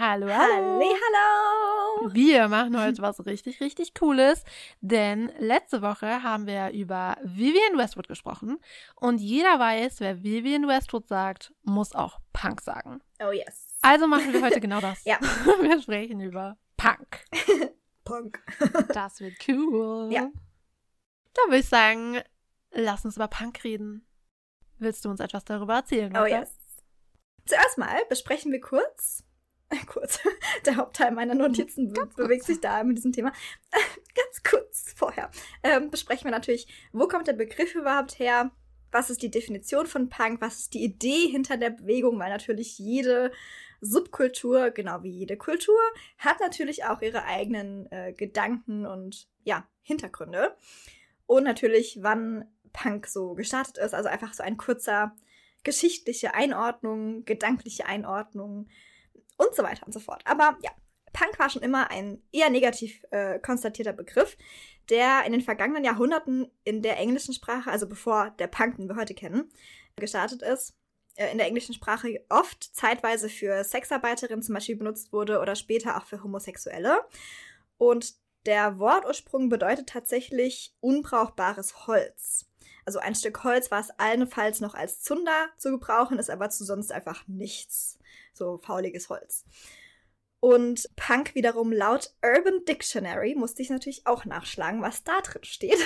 Hallo, hallo. Hallo. Wir machen heute was richtig, richtig Cooles, denn letzte Woche haben wir über Vivienne Westwood gesprochen und jeder weiß, wer Vivienne Westwood sagt, muss auch Punk sagen. Oh yes. Also machen wir heute genau das. Ja. Wir sprechen über Punk. Punk. Das wird cool. Ja. Da würde ich sagen, lass uns über Punk reden. Willst du uns etwas darüber erzählen? Oh oder? yes. Zuerst mal besprechen wir kurz, der Hauptteil meiner Notizen bewegt sich da mit diesem Thema. Ganz kurz vorher besprechen wir natürlich, wo kommt der Begriff überhaupt her? Was ist die Definition von Punk? Was ist die Idee hinter der Bewegung? Weil natürlich jede Subkultur, genau wie jede Kultur, hat natürlich auch ihre eigenen Gedanken und Hintergründe. Und natürlich, wann Punk so gestartet ist. Also einfach so ein kurzer geschichtliche Einordnung, gedankliche Einordnung und so weiter und so fort. Aber ja, Punk war schon immer ein eher negativ konstatierter Begriff, der in den vergangenen Jahrhunderten in der englischen Sprache, also bevor der Punk, den wir heute kennen, gestartet ist, in der englischen Sprache oft zeitweise für Sexarbeiterinnen zum Beispiel benutzt wurde oder später auch für Homosexuelle. Und der Wortursprung bedeutet tatsächlich unbrauchbares Holz. Also ein Stück Holz war es allenfalls noch als Zunder zu gebrauchen, ist aber zu sonst einfach nichts. So fauliges Holz. Und Punk wiederum laut Urban Dictionary musste ich natürlich auch nachschlagen, was da drin steht.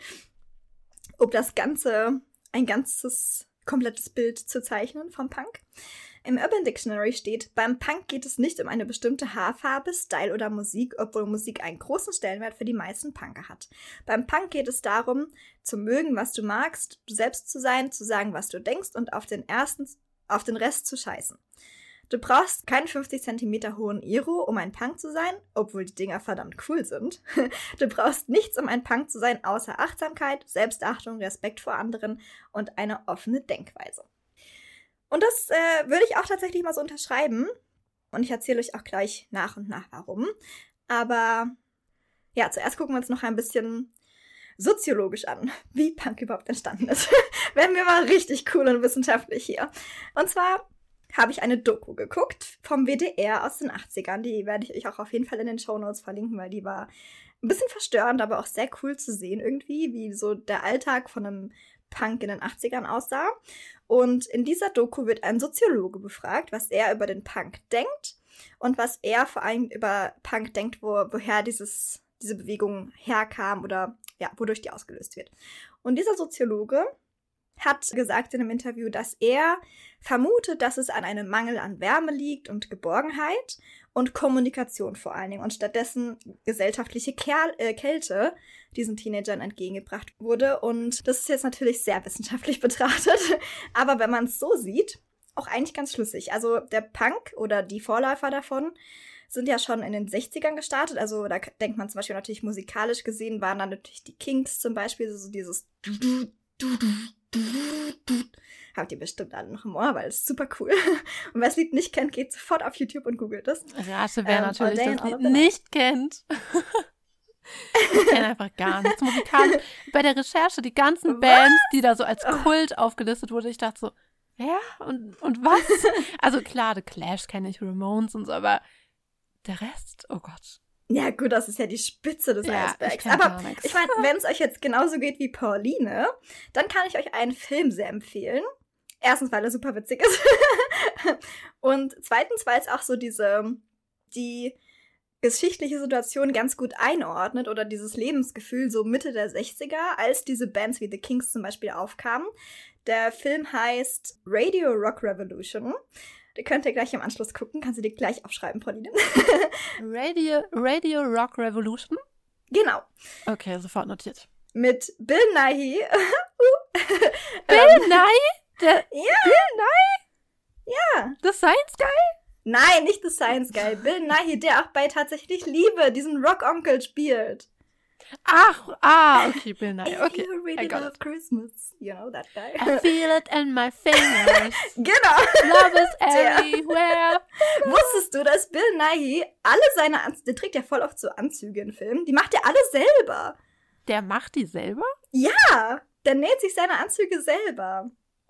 Um das Ganze, ein ganzes, komplettes Bild zu zeichnen vom Punk. Im Urban Dictionary steht, beim Punk geht es nicht um eine bestimmte Haarfarbe, Style oder Musik, obwohl Musik einen großen Stellenwert für die meisten Punker hat. Beim Punk geht es darum, zu mögen, was du magst, du selbst zu sein, zu sagen, was du denkst und auf den Rest zu scheißen. Du brauchst keinen 50 cm hohen Iro, um ein Punk zu sein, obwohl die Dinger verdammt cool sind. Du brauchst nichts, um ein Punk zu sein, außer Achtsamkeit, Selbstachtung, Respekt vor anderen und eine offene Denkweise. Und das würde ich auch tatsächlich mal so unterschreiben. Und ich erzähle euch auch gleich nach und nach, warum. Aber ja, zuerst gucken wir uns noch ein bisschen soziologisch an, wie Punk überhaupt entstanden ist. Werden wir mal richtig cool und wissenschaftlich hier. Und zwar habe ich eine Doku geguckt vom WDR aus den 80ern. Die werde ich euch auch auf jeden Fall in den Shownotes verlinken, weil die war ein bisschen verstörend, aber auch sehr cool zu sehen irgendwie, wie so der Alltag von einem Punk in den 80ern aussah. Und in dieser Doku wird ein Soziologe befragt, was er über den Punk denkt und was er vor allem über Punk denkt, woher diese Bewegung herkam oder ja, wodurch die ausgelöst wird. Und dieser Soziologe hat gesagt in einem Interview, dass er vermutet, dass es an einem Mangel an Wärme liegt und Geborgenheit und Kommunikation vor allen Dingen und stattdessen gesellschaftliche Kälte diesen Teenagern entgegengebracht wurde. Und das ist jetzt natürlich sehr wissenschaftlich betrachtet, aber wenn man es so sieht, auch eigentlich ganz schlüssig. Also der Punk oder die Vorläufer davon sind ja schon in den 60ern gestartet. Also da denkt man zum Beispiel natürlich musikalisch gesehen, waren dann natürlich die Kinks zum Beispiel, so dieses habt ihr bestimmt alle noch im Ohr, weil es ist super cool. Und wer das Lied nicht kennt, geht sofort auf YouTube und googelt es. Rate, wer natürlich das Lied nicht kennt. Ich kenne einfach gar nichts musikalisch. Bei der Recherche, die ganzen Bands, die da so als Kult aufgelistet wurden, ich dachte so, wer? Und was? Also klar, The Clash kenne ich, Ramones und so, aber der Rest, oh Gott. Ja gut, das ist ja die Spitze des Eisbergs. Aber ich meine, wenn es euch jetzt genauso geht wie Pauline, dann kann ich euch einen Film sehr empfehlen. Erstens, weil er super witzig ist. Und zweitens, weil es auch so die geschichtliche Situation ganz gut einordnet oder dieses Lebensgefühl so Mitte der 60er, als diese Bands wie The Kinks zum Beispiel aufkamen. Der Film heißt Radio Rock Revolution. Die könnt ihr gleich im Anschluss gucken. Kannst du dir gleich aufschreiben, Pauline. Radio Rock Revolution? Genau. Okay, sofort notiert. Mit Bill Nighy. Bill Nighy? Ja. Bill Nighy? Ja. The Science Guy? Nein, nicht The Science Guy. Bill Nighy, der auch bei Tatsächlich Liebe diesen Rock-Onkel spielt. Okay, Bill Nighy. Okay, You really love Christmas. You know that guy. I feel it in my fingers. Genau. Love is everywhere. Wusstest du, dass Bill Nighy alle seine Anzüge, der trägt ja voll oft so Anzüge in Filmen, die macht er alle selber. Der macht die selber? Ja, der näht sich seine Anzüge selber.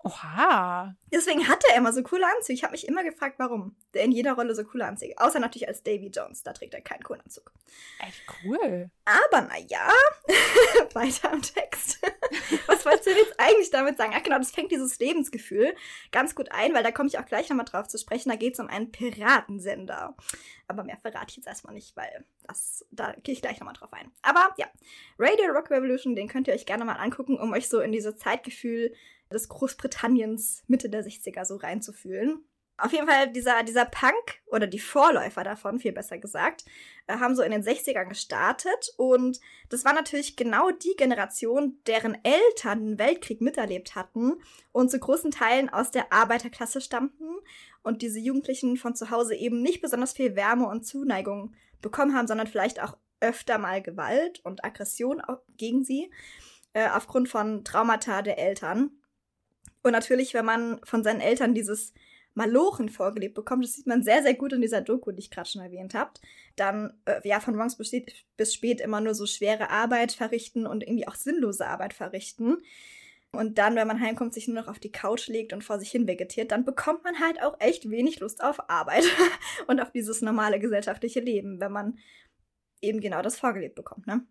Oha. Deswegen hatte er immer so coole Anzüge. Ich habe mich immer gefragt, warum der in jeder Rolle so coole Anzüge. Außer natürlich als Davy Jones, da trägt er keinen coolen Anzug. Echt cool. Aber naja, weiter im Text. Was wolltest du denn jetzt eigentlich damit sagen? Ach genau, das fängt dieses Lebensgefühl ganz gut ein, weil da komme ich auch gleich nochmal drauf zu sprechen. Da geht es um einen Piratensender. Aber mehr verrate ich jetzt erstmal nicht, weil da gehe ich gleich nochmal drauf ein. Aber ja, Radio Rock Revolution, den könnt ihr euch gerne mal angucken, um euch so in dieses Zeitgefühl des Großbritanniens Mitte der 60er so reinzufühlen. Auf jeden Fall, dieser Punk, oder die Vorläufer davon, viel besser gesagt, haben so in den 60ern gestartet. Und das war natürlich genau die Generation, deren Eltern den Weltkrieg miterlebt hatten und zu großen Teilen aus der Arbeiterklasse stammten. Und diese Jugendlichen von zu Hause eben nicht besonders viel Wärme und Zuneigung bekommen haben, sondern vielleicht auch öfter mal Gewalt und Aggression gegen sie, aufgrund von Traumata der Eltern. Und natürlich, wenn man von seinen Eltern dieses Malochen vorgelebt bekommt, das sieht man sehr, sehr gut in dieser Doku, die ich gerade schon erwähnt habe, dann von morgens bis spät immer nur so schwere Arbeit verrichten und irgendwie auch sinnlose Arbeit verrichten. Und dann, wenn man heimkommt, sich nur noch auf die Couch legt und vor sich hin vegetiert, dann bekommt man halt auch echt wenig Lust auf Arbeit und auf dieses normale gesellschaftliche Leben, wenn man eben genau das vorgelebt bekommt, ne?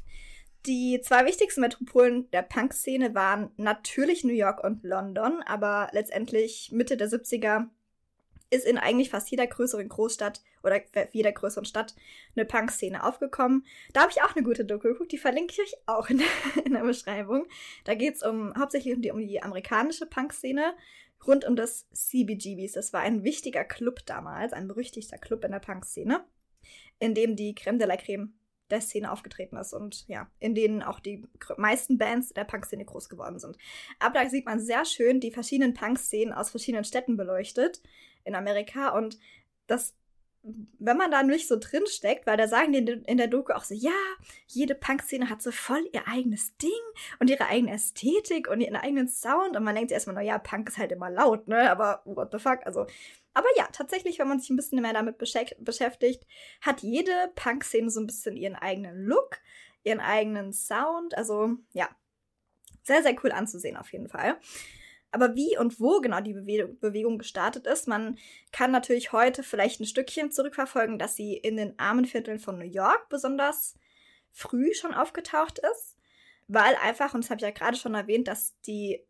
Die zwei wichtigsten Metropolen der Punk-Szene waren natürlich New York und London, aber letztendlich Mitte der 70er ist in eigentlich fast jeder größeren Großstadt oder jeder größeren Stadt eine Punk-Szene aufgekommen. Da habe ich auch eine gute Doku geguckt, die verlinke ich euch auch in der Beschreibung. Da geht es hauptsächlich um die amerikanische Punk-Szene rund um das CBGBs. Das war ein wichtiger Club damals, ein berüchtigter Club in der Punk-Szene, in dem die Crème de la Crème der Szene aufgetreten ist und ja, in denen auch die meisten Bands der Punk-Szene groß geworden sind. Aber da sieht man sehr schön die verschiedenen Punk-Szenen aus verschiedenen Städten beleuchtet in Amerika und das, wenn man da nicht so drin steckt, weil da sagen die in der Doku auch so, ja, jede Punk-Szene hat so voll ihr eigenes Ding und ihre eigene Ästhetik und ihren eigenen Sound und man denkt sich erstmal, naja, Punk ist halt immer laut, ne, aber what the fuck, also. Aber ja, tatsächlich, wenn man sich ein bisschen mehr damit beschäftigt, hat jede Punk-Szene so ein bisschen ihren eigenen Look, ihren eigenen Sound. Also ja, sehr, sehr cool anzusehen auf jeden Fall. Aber wie und wo genau die Bewegung gestartet ist, man kann natürlich heute vielleicht ein Stückchen zurückverfolgen, dass sie in den armen Vierteln von New York besonders früh schon aufgetaucht ist. Weil einfach, und das habe ich ja gerade schon erwähnt, dass die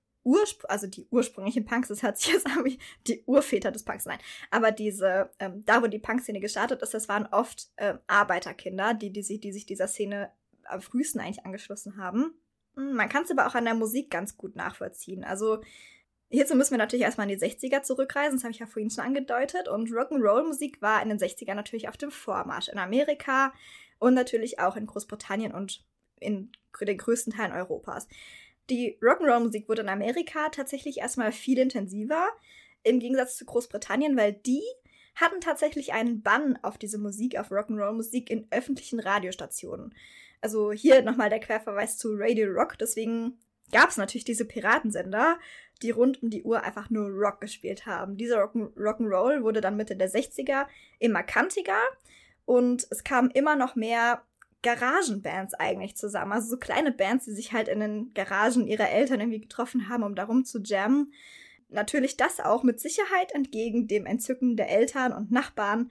ursprünglichen Punks, das hört sich jetzt an wie die Urväter des Punks, nein, aber da wo die Punk-Szene gestartet ist, das waren oft Arbeiterkinder, die sich dieser Szene am frühesten eigentlich angeschlossen haben. Man kann es aber auch an der Musik ganz gut nachvollziehen. Also hierzu müssen wir natürlich erstmal in die 60er zurückreisen, das habe ich ja vorhin schon angedeutet, und Rock'n'Roll-Musik war in den 60ern natürlich auf dem Vormarsch in Amerika und natürlich auch in Großbritannien und in den größten Teilen Europas. Die Rock'n'Roll-Musik wurde in Amerika tatsächlich erstmal viel intensiver, im Gegensatz zu Großbritannien, weil die hatten tatsächlich einen Bann auf diese Musik, auf Rock'n'Roll-Musik in öffentlichen Radiostationen. Also hier nochmal der Querverweis zu Radio Rock, deswegen gab es natürlich diese Piratensender, die rund um die Uhr einfach nur Rock gespielt haben. Dieser Rock'n'Roll wurde dann Mitte der 60er immer kantiger und es kamen immer noch mehr Garagenbands eigentlich zusammen. Also so kleine Bands, die sich halt in den Garagen ihrer Eltern irgendwie getroffen haben, um darum zu jammen. Natürlich das auch mit Sicherheit entgegen dem Entzücken der Eltern und Nachbarn.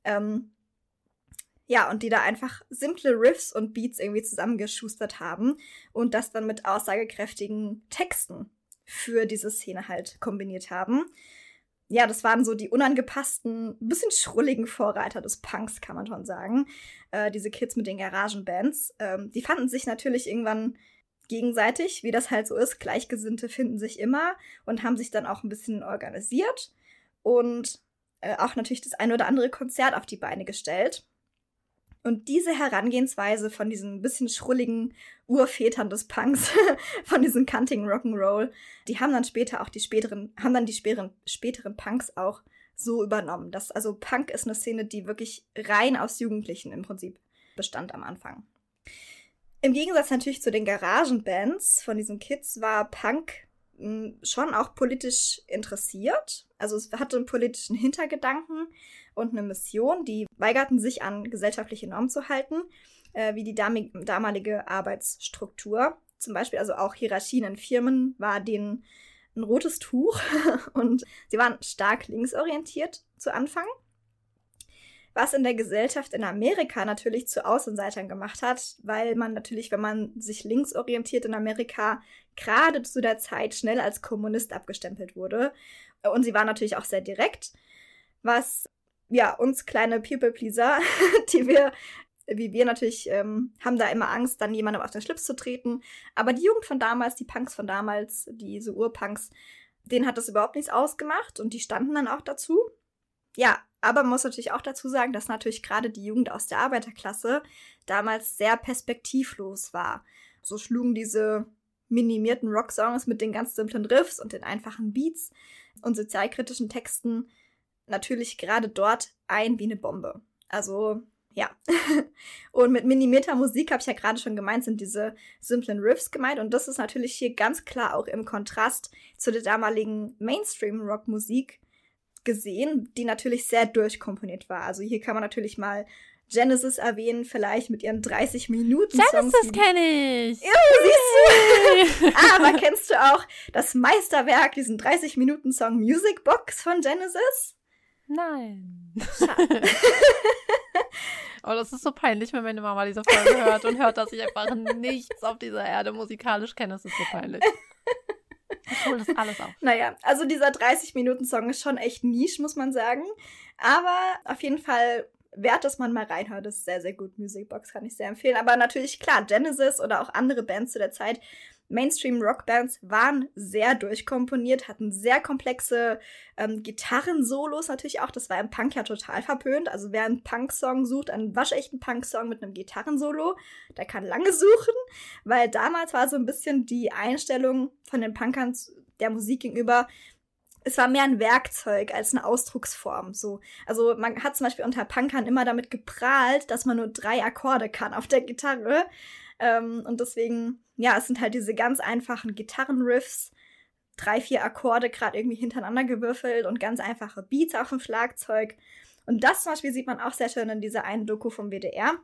Ja, und die da einfach simple Riffs und Beats irgendwie zusammengeschustert haben und das dann mit aussagekräftigen Texten für diese Szene halt kombiniert haben. Ja, das waren so die unangepassten, bisschen schrulligen Vorreiter des Punks, kann man schon sagen. Diese Kids mit den Garagenbands. Die fanden sich natürlich irgendwann gegenseitig, wie das halt so ist. Gleichgesinnte finden sich immer und haben sich dann auch ein bisschen organisiert und auch natürlich das ein oder andere Konzert auf die Beine gestellt. Und diese Herangehensweise von diesen bisschen schrulligen Urvätern des Punks, von diesem kantigen Rock'n'Roll, die haben dann später auch die späteren Punks auch so übernommen. Also Punk ist eine Szene, die wirklich rein aus Jugendlichen im Prinzip bestand am Anfang. Im Gegensatz natürlich zu den Garagenbands von diesen Kids war Punk schon auch politisch interessiert. Also es hatte einen politischen Hintergedanken und eine Mission. Die weigerten sich an gesellschaftliche Normen zu halten, wie die damalige Arbeitsstruktur. Zum Beispiel also auch Hierarchien in Firmen war denen ein rotes Tuch und sie waren stark linksorientiert zu Anfang. Was in der Gesellschaft in Amerika natürlich zu Außenseitern gemacht hat, weil man natürlich, wenn man sich links orientiert in Amerika, gerade zu der Zeit schnell als Kommunist abgestempelt wurde. Und sie war natürlich auch sehr direkt, was ja uns kleine People-Pleaser, wie wir natürlich, haben da immer Angst, dann jemandem auf den Schlips zu treten. Aber die Jugend von damals, die Punks von damals, diese Urpunks, denen hat das überhaupt nichts ausgemacht und die standen dann auch dazu. Ja, aber man muss natürlich auch dazu sagen, dass natürlich gerade die Jugend aus der Arbeiterklasse damals sehr perspektivlos war. So schlugen diese minimierten Rocksongs mit den ganz simplen Riffs und den einfachen Beats und sozialkritischen Texten natürlich gerade dort ein wie eine Bombe. Also, ja. Und mit minimierter Musik, habe ich ja gerade schon gemeint, sind diese simplen Riffs gemeint. Und das ist natürlich hier ganz klar auch im Kontrast zu der damaligen Mainstream-Rock-Musik gesehen, die natürlich sehr durchkomponiert war. Also hier kann man natürlich mal Genesis erwähnen, vielleicht mit ihren 30-Minuten-Songs. Genesis kenne ich! Ja, siehst du! Aber kennst du auch das Meisterwerk, diesen 30-Minuten-Song Music Box von Genesis? Nein. Schade. Oh, das ist so peinlich, wenn meine Mama diese Folge hört und hört, dass ich einfach nichts auf dieser Erde musikalisch kenne. Das ist so peinlich. Ich hole das alles auf. Naja, also dieser 30-Minuten-Song ist schon echt Niche, muss man sagen. Aber auf jeden Fall wert, dass man mal reinhört. Das ist sehr, sehr gut. Music Box kann ich sehr empfehlen. Aber natürlich, klar, Genesis oder auch andere Bands zu der Zeit, Mainstream-Rock-Bands, waren sehr durchkomponiert, hatten sehr komplexe Gitarrensolos natürlich auch. Das war im Punk ja total verpönt. Also wer einen Punk-Song sucht, einen waschechten Punk-Song mit einem Gitarrensolo, der kann lange suchen, weil damals war so ein bisschen die Einstellung von den Punkern der Musik gegenüber, es war mehr ein Werkzeug als eine Ausdrucksform. So. Also man hat zum Beispiel unter Punkern immer damit geprahlt, dass man nur 3 Akkorde kann auf der Gitarre. Und deswegen, ja, es sind halt diese ganz einfachen Gitarrenriffs, 3, 4 Akkorde gerade irgendwie hintereinander gewürfelt und ganz einfache Beats auf dem Schlagzeug. Und das zum Beispiel sieht man auch sehr schön in dieser einen Doku vom WDR,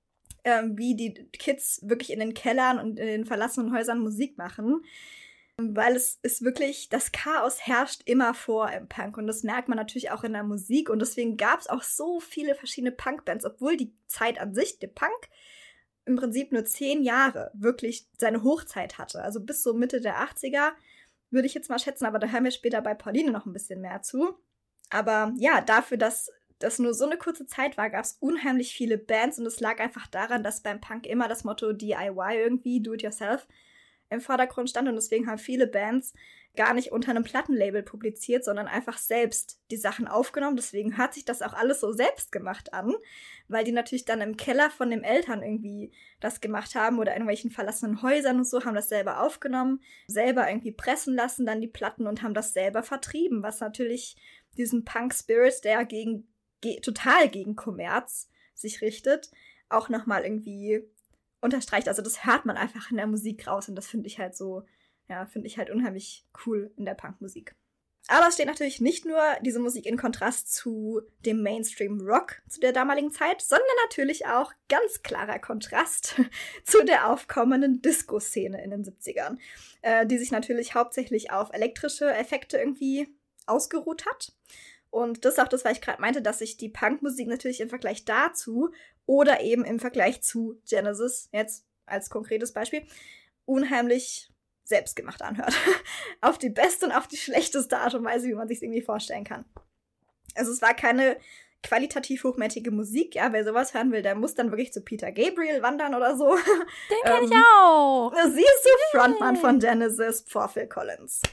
wie die Kids wirklich in den Kellern und in den verlassenen Häusern Musik machen. Weil es ist wirklich, das Chaos herrscht immer vor im Punk und das merkt man natürlich auch in der Musik und deswegen gab es auch so viele verschiedene Punkbands, obwohl die Zeit an sich, der Punk, im Prinzip nur 10 Jahre wirklich seine Hochzeit hatte. Also bis so Mitte der 80er würde ich jetzt mal schätzen, aber da hören wir später bei Pauline noch ein bisschen mehr zu. Aber ja, dafür, dass das nur so eine kurze Zeit war, gab es unheimlich viele Bands und es lag einfach daran, dass beim Punk immer das Motto DIY irgendwie, do it yourself, im Vordergrund stand und deswegen haben viele Bands gar nicht unter einem Plattenlabel publiziert, sondern einfach selbst die Sachen aufgenommen. Deswegen hört sich das auch alles so selbst gemacht an, weil die natürlich dann im Keller von den Eltern irgendwie das gemacht haben oder in irgendwelchen verlassenen Häusern und so, haben das selber aufgenommen, selber irgendwie pressen lassen, dann die Platten und haben das selber vertrieben, was natürlich diesen Punk-Spirit, der total gegen Kommerz sich richtet, auch nochmal irgendwie unterstreicht. Also das hört man einfach in der Musik raus und das finde ich halt so, ja, finde ich halt unheimlich cool in der Punkmusik. Aber es steht natürlich nicht nur diese Musik in Kontrast zu dem Mainstream-Rock zu der damaligen Zeit, sondern natürlich auch ganz klarer Kontrast zu der aufkommenden Disco-Szene in den 70ern, die sich natürlich hauptsächlich auf elektrische Effekte irgendwie ausgeruht hat. Und das ist auch das, was ich gerade meinte, dass sich die Punkmusik natürlich im Vergleich dazu oder eben im Vergleich zu Genesis, jetzt als konkretes Beispiel, unheimlich selbstgemacht anhört. Auf die beste und auf die schlechteste Art und Weise, wie man sich es irgendwie vorstellen kann. Also es war keine qualitativ hochwertige Musik, ja, wer sowas hören will, der muss dann wirklich zu Peter Gabriel wandern oder so. Den kenn ich auch. Sie ist so Frontmann von Genesis vor Phil Collins.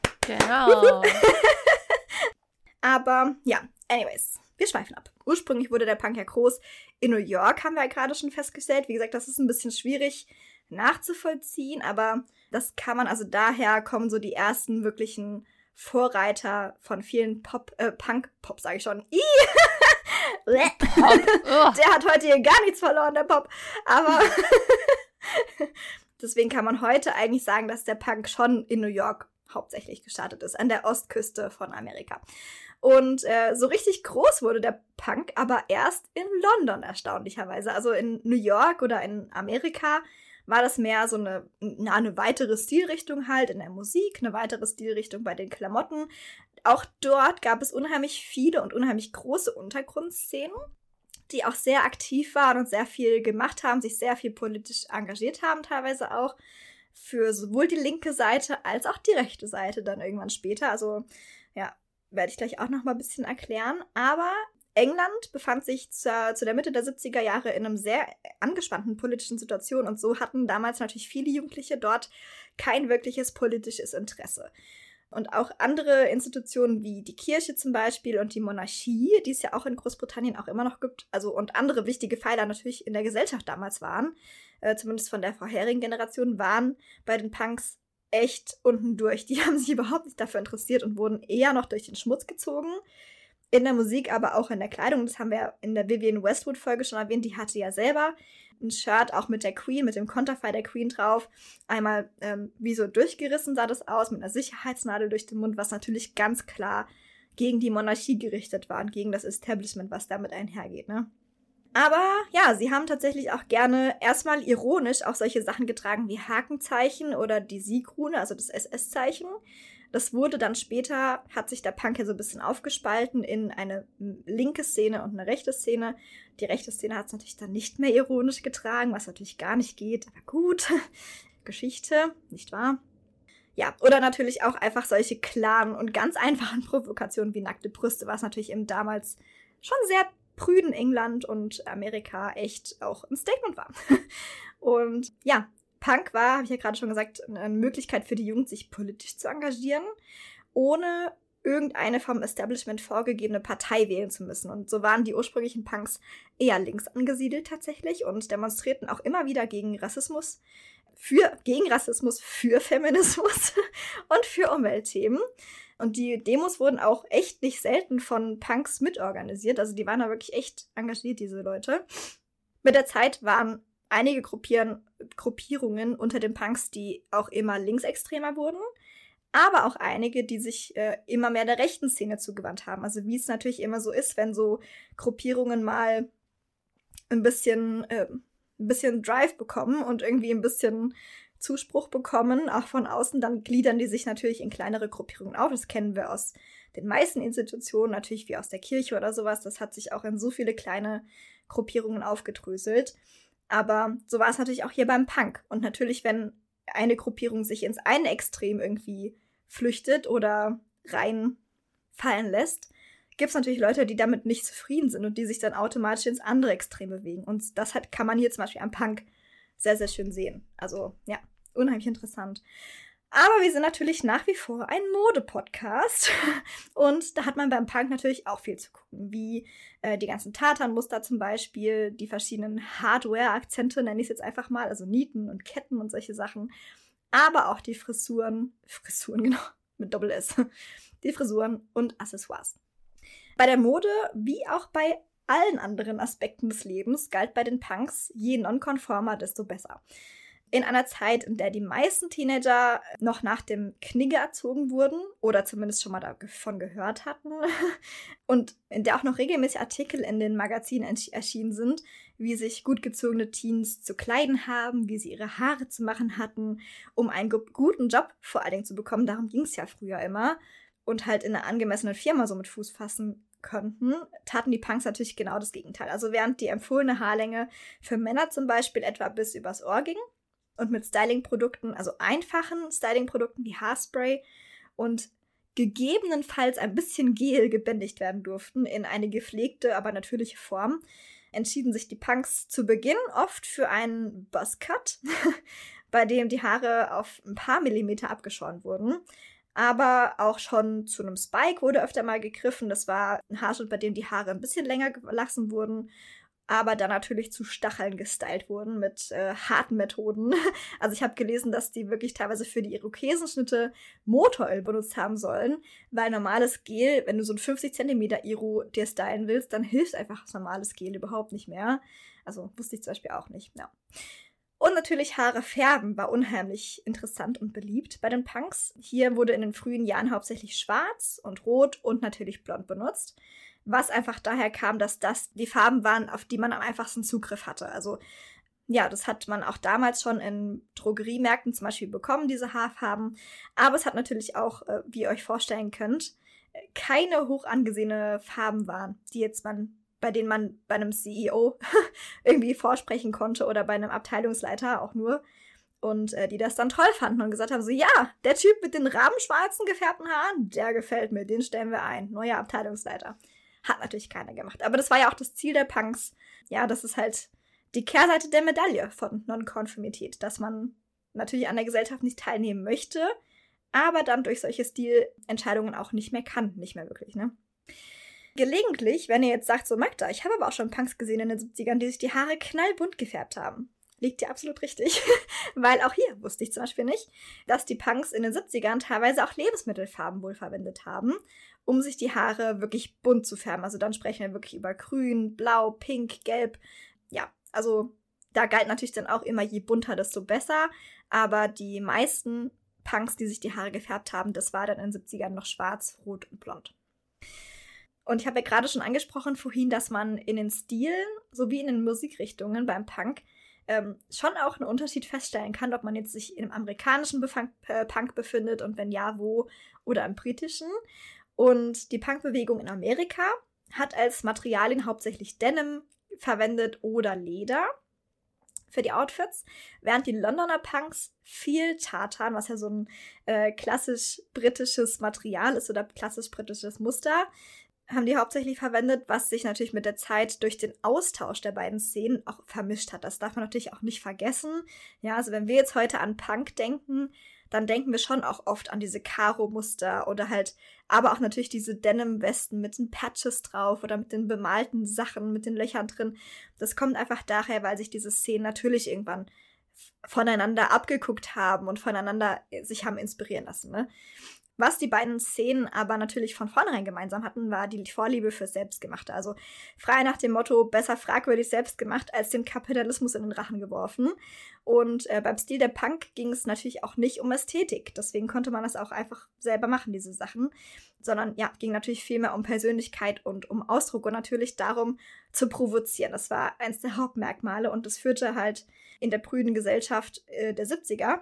Genau. Aber ja, anyways, wir schweifen ab. Ursprünglich wurde der Punk ja groß in New York, haben wir ja gerade schon festgestellt. Wie gesagt, das ist ein bisschen schwierig nachzuvollziehen, aber das kann man, also daher kommen so die ersten wirklichen Vorreiter von vielen Punk-Pop, sage ich schon. Der hat heute hier gar nichts verloren, der Pop. Aber deswegen kann man heute eigentlich sagen, dass der Punk schon in New York hauptsächlich gestartet ist, an der Ostküste von Amerika. Und so richtig groß wurde der Punk aber erst in London, erstaunlicherweise. Also in New York oder in Amerika war das mehr so eine weitere Stilrichtung halt in der Musik, eine weitere Stilrichtung bei den Klamotten. Auch dort gab es unheimlich viele und unheimlich große Untergrundszenen, die auch sehr aktiv waren und sehr viel gemacht haben, sich sehr viel politisch engagiert haben, teilweise auch für sowohl die linke Seite als auch die rechte Seite dann irgendwann später. Also ja, werde ich gleich auch noch mal ein bisschen erklären. Aber England befand sich zu der Mitte der 70er Jahre in einem sehr angespannten politischen Situation und so hatten damals natürlich viele Jugendliche dort kein wirkliches politisches Interesse. Und auch andere Institutionen wie die Kirche zum Beispiel und die Monarchie, die es ja auch in Großbritannien auch immer noch gibt, also und andere wichtige Pfeiler natürlich in der Gesellschaft damals waren, zumindest von der vorherigen Generation, waren bei den Punks echt unten durch. Die haben sich überhaupt nicht dafür interessiert und wurden eher noch durch den Schmutz gezogen. In der Musik, aber auch in der Kleidung. Das haben wir in der Vivienne Westwood-Folge schon erwähnt. Die hatte ja selber ein Shirt auch mit der Queen, mit dem Konterfei der Queen drauf. Einmal wie so durchgerissen sah das aus, mit einer Sicherheitsnadel durch den Mund, was natürlich ganz klar gegen die Monarchie gerichtet war und gegen das Establishment, was damit einhergeht, ne? Aber ja, sie haben tatsächlich auch gerne erstmal ironisch auch solche Sachen getragen wie Hakenzeichen oder die Siegrune, also das SS-Zeichen. Das wurde dann später, hat sich der Punk ja so ein bisschen aufgespalten in eine linke Szene und eine rechte Szene. Die rechte Szene hat es natürlich dann nicht mehr ironisch getragen, was natürlich gar nicht geht. Aber gut, Geschichte, nicht wahr? Ja, oder natürlich auch einfach solche klaren und ganz einfachen Provokationen wie nackte Brüste, was natürlich im damals schon sehr prüden England und Amerika echt auch ein Statement war. Und ja, Punk war, habe ich ja gerade schon gesagt, eine Möglichkeit für die Jugend, sich politisch zu engagieren, ohne irgendeine vom Establishment vorgegebene Partei wählen zu müssen. Und so waren die ursprünglichen Punks eher links angesiedelt tatsächlich und demonstrierten auch immer wieder gegen Rassismus, für Feminismus und für Umweltthemen. Und die Demos wurden auch echt nicht selten von Punks mitorganisiert. Also die waren da wirklich echt engagiert, diese Leute. Mit der Zeit waren einige Gruppierungen unter den Punks, die auch immer linksextremer wurden, aber auch einige, die sich immer mehr der rechten Szene zugewandt haben. Also wie es natürlich immer so ist, wenn so Gruppierungen mal ein bisschen Drive bekommen und irgendwie ein bisschen Zuspruch bekommen, auch von außen, dann gliedern die sich natürlich in kleinere Gruppierungen auf. Das kennen wir aus den meisten Institutionen, natürlich wie aus der Kirche oder sowas. Das hat sich auch in so viele kleine Gruppierungen aufgedröselt. Aber so war es natürlich auch hier beim Punk. Und natürlich, wenn eine Gruppierung sich ins eine Extrem irgendwie flüchtet oder reinfallen lässt, gibt es natürlich Leute, die damit nicht zufrieden sind und die sich dann automatisch ins andere Extrem bewegen. Und das kann man hier zum Beispiel am Punk sehr, sehr schön sehen. Also, ja, unheimlich interessant. Aber wir sind natürlich nach wie vor ein Mode-Podcast. Und da hat man beim Punk natürlich auch viel zu gucken. Wie die ganzen Tartanmuster zum Beispiel, die verschiedenen Hardware-Akzente, nenne ich es jetzt einfach mal, also Nieten und Ketten und solche Sachen. Aber auch die Frisuren, genau, mit Doppel-S. Die Frisuren und Accessoires. Bei der Mode, wie auch bei allen anderen Aspekten des Lebens, galt bei den Punks, je nonkonformer, desto besser. In einer Zeit, in der die meisten Teenager noch nach dem Knigge erzogen wurden oder zumindest schon mal davon gehört hatten und in der auch noch regelmäßig Artikel in den Magazinen erschienen sind, wie sich gut gezogene Teens zu kleiden haben, wie sie ihre Haare zu machen hatten, um einen guten Job vor allen Dingen zu bekommen. Darum ging es ja früher immer. Und halt in einer angemessenen Firma so mit Fuß fassen könnten, taten die Punks natürlich genau das Gegenteil. Also während die empfohlene Haarlänge für Männer zum Beispiel etwa bis übers Ohr ging und mit Stylingprodukten, also einfachen Stylingprodukten wie Haarspray und gegebenenfalls ein bisschen Gel gebändigt werden durften in eine gepflegte, aber natürliche Form, entschieden sich die Punks zu Beginn oft für einen Buzzcut, bei dem die Haare auf ein paar Millimeter abgeschoren wurden. Aber auch schon zu einem Spike wurde öfter mal gegriffen. Das war ein Haarschnitt, bei dem die Haare ein bisschen länger gelassen wurden, aber dann natürlich zu Stacheln gestylt wurden mit harten Methoden. Also ich habe gelesen, dass die wirklich teilweise für die Irokesenschnitte Motoröl benutzt haben sollen, weil normales Gel, wenn du so ein 50 cm Iro dir stylen willst, dann hilft einfach das normales Gel überhaupt nicht mehr. Also wusste ich zum Beispiel auch nicht. Ja. Und natürlich Haare färben war unheimlich interessant und beliebt bei den Punks. Hier wurde in den frühen Jahren hauptsächlich schwarz und rot und natürlich blond benutzt. Was einfach daher kam, dass das die Farben waren, auf die man am einfachsten Zugriff hatte. Also Ja, das hat man auch damals schon in Drogeriemärkten zum Beispiel bekommen, diese Haarfarben. Aber es hat natürlich auch, wie ihr euch vorstellen könnt, keine hoch angesehene Farben waren, bei denen man bei einem CEO irgendwie vorsprechen konnte oder bei einem Abteilungsleiter auch nur. Und die das dann toll fanden und gesagt haben, so ja, der Typ mit den rabenschwarzen gefärbten Haaren, der gefällt mir, den stellen wir ein. Neuer Abteilungsleiter. Hat natürlich keiner gemacht. Aber das war ja auch das Ziel der Punks. Ja, das ist halt die Kehrseite der Medaille von Nonkonformität, dass man natürlich an der Gesellschaft nicht teilnehmen möchte, aber dann durch solche Stilentscheidungen auch nicht mehr kann. Nicht mehr wirklich, ne? Gelegentlich, wenn ihr jetzt sagt, so Magda, ich habe aber auch schon Punks gesehen in den 70ern, die sich die Haare knallbunt gefärbt haben. Liegt ja absolut richtig. Weil auch hier wusste ich zum Beispiel nicht, dass die Punks in den 70ern teilweise auch Lebensmittelfarben wohl verwendet haben, um sich die Haare wirklich bunt zu färben. Also dann sprechen wir wirklich über grün, blau, pink, gelb. Ja, also da galt natürlich dann auch immer, je bunter, desto besser. Aber die meisten Punks, die sich die Haare gefärbt haben, das war dann in den 70ern noch schwarz, rot und blond. Und ich habe ja gerade schon angesprochen vorhin, dass man in den Stilen sowie in den Musikrichtungen beim Punk schon auch einen Unterschied feststellen kann, ob man jetzt sich im amerikanischen Punk befindet und wenn ja, wo, oder im britischen. Und die Punkbewegung in Amerika hat als Materialien hauptsächlich Denim verwendet oder Leder für die Outfits, während die Londoner Punks viel Tartan, was ja so ein klassisch britisches Material ist oder klassisch britisches Muster, haben die hauptsächlich verwendet, was sich natürlich mit der Zeit durch den Austausch der beiden Szenen auch vermischt hat. Das darf man natürlich auch nicht vergessen. Ja, also wenn wir jetzt heute an Punk denken, dann denken wir schon auch oft an diese Karo-Muster oder halt, aber auch natürlich diese Denim-Westen mit den Patches drauf oder mit den bemalten Sachen, mit den Löchern drin. Das kommt einfach daher, weil sich diese Szenen natürlich irgendwann voneinander abgeguckt haben und voneinander sich haben inspirieren lassen, ne? Was die beiden Szenen aber natürlich von vornherein gemeinsam hatten, war die Vorliebe fürs Selbstgemachte. Also frei nach dem Motto, besser fragwürdig selbstgemacht als dem Kapitalismus in den Rachen geworfen. Und beim Stil der Punk ging es natürlich auch nicht um Ästhetik. Deswegen konnte man das auch einfach selber machen, diese Sachen. Sondern ja, ging natürlich vielmehr um Persönlichkeit und um Ausdruck und natürlich darum zu provozieren. Das war eins der Hauptmerkmale und das führte halt in der prüden Gesellschaft der 70er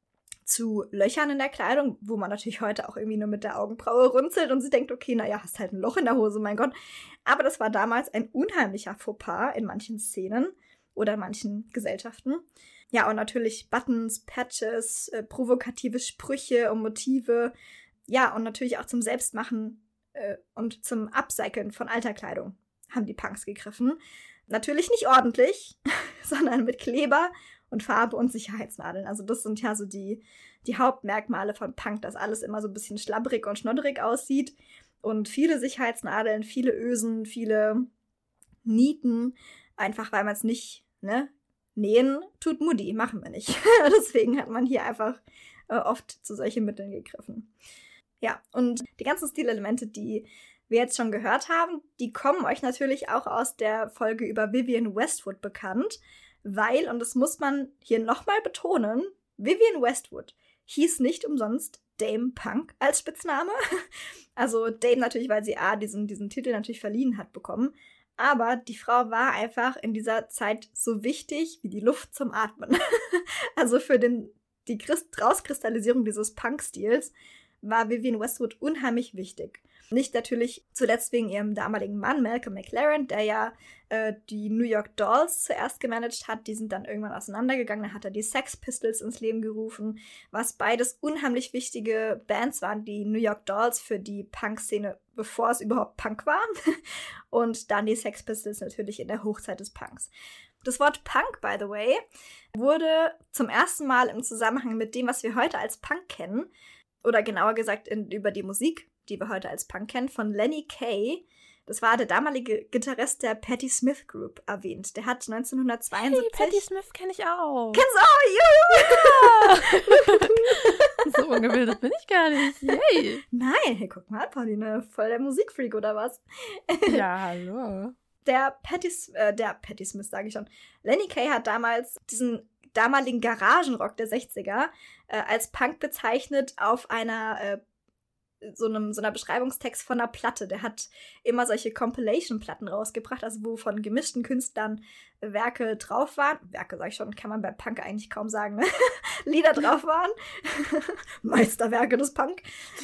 zu Löchern in der Kleidung, wo man natürlich heute auch irgendwie nur mit der Augenbraue runzelt und sie denkt, okay, naja, hast halt ein Loch in der Hose, mein Gott. Aber das war damals ein unheimlicher Fauxpas in manchen Szenen oder in manchen Gesellschaften. Ja, und natürlich Buttons, Patches, provokative Sprüche und Motive. Ja, und natürlich auch zum Selbstmachen und zum Upcyclen von alter Kleidung haben die Punks gegriffen. Natürlich nicht ordentlich, sondern mit Kleber und Farbe und Sicherheitsnadeln. Also das sind ja so die Hauptmerkmale von Punk, dass alles immer so ein bisschen schlabbrig und schnodderig aussieht. Und viele Sicherheitsnadeln, viele Ösen, viele Nieten. Einfach, weil man es nicht, ne? Nähen tut Mutti, machen wir nicht. Deswegen hat man hier einfach oft zu solchen Mitteln gegriffen. Ja, und die ganzen Stilelemente, die wir jetzt schon gehört haben, die kommen euch natürlich auch aus der Folge über Vivienne Westwood bekannt. Weil, und das muss man hier nochmal betonen, Vivienne Westwood hieß nicht umsonst Dame Punk als Spitzname. Also Dame natürlich, weil sie diesen Titel natürlich verliehen hat bekommen. Aber die Frau war einfach in dieser Zeit so wichtig wie die Luft zum Atmen. Also für die Rauskristallisierung dieses Punk-Stils war Vivienne Westwood unheimlich wichtig. Nicht natürlich zuletzt wegen ihrem damaligen Mann Malcolm McLaren, der ja die New York Dolls zuerst gemanagt hat. Die sind dann irgendwann auseinandergegangen. Dann hat er die Sex Pistols ins Leben gerufen, was beides unheimlich wichtige Bands waren, die New York Dolls für die Punk-Szene, bevor es überhaupt Punk war. Und dann die Sex Pistols natürlich in der Hochzeit des Punks. Das Wort Punk, by the way, wurde zum ersten Mal im Zusammenhang mit dem, was wir heute als Punk kennen, oder genauer gesagt über die Musik, die wir heute als Punk kennen, von Lenny Kaye. Das war der damalige Gitarrist der Patti Smith Group erwähnt. Der hat 1972... Hey, Patti Smith kenne ich auch. Kennst du auch? Ja! So ungebildet bin ich gar nicht. Yay! Nein, hey, guck mal, Pauline, voll der Musikfreak oder was? Ja, hallo. Der Patti Smith, sage ich schon. Lenny Kaye hat damals diesen damaligen Garagenrock der 60er als Punk bezeichnet auf einer so einer Beschreibungstext von einer Platte. Der hat immer solche Compilation-Platten rausgebracht, also wo von gemischten Künstlern Werke drauf waren. Werke, sag ich schon, kann man bei Punk eigentlich kaum sagen, ne? Lieder drauf waren. Meisterwerke des Punk.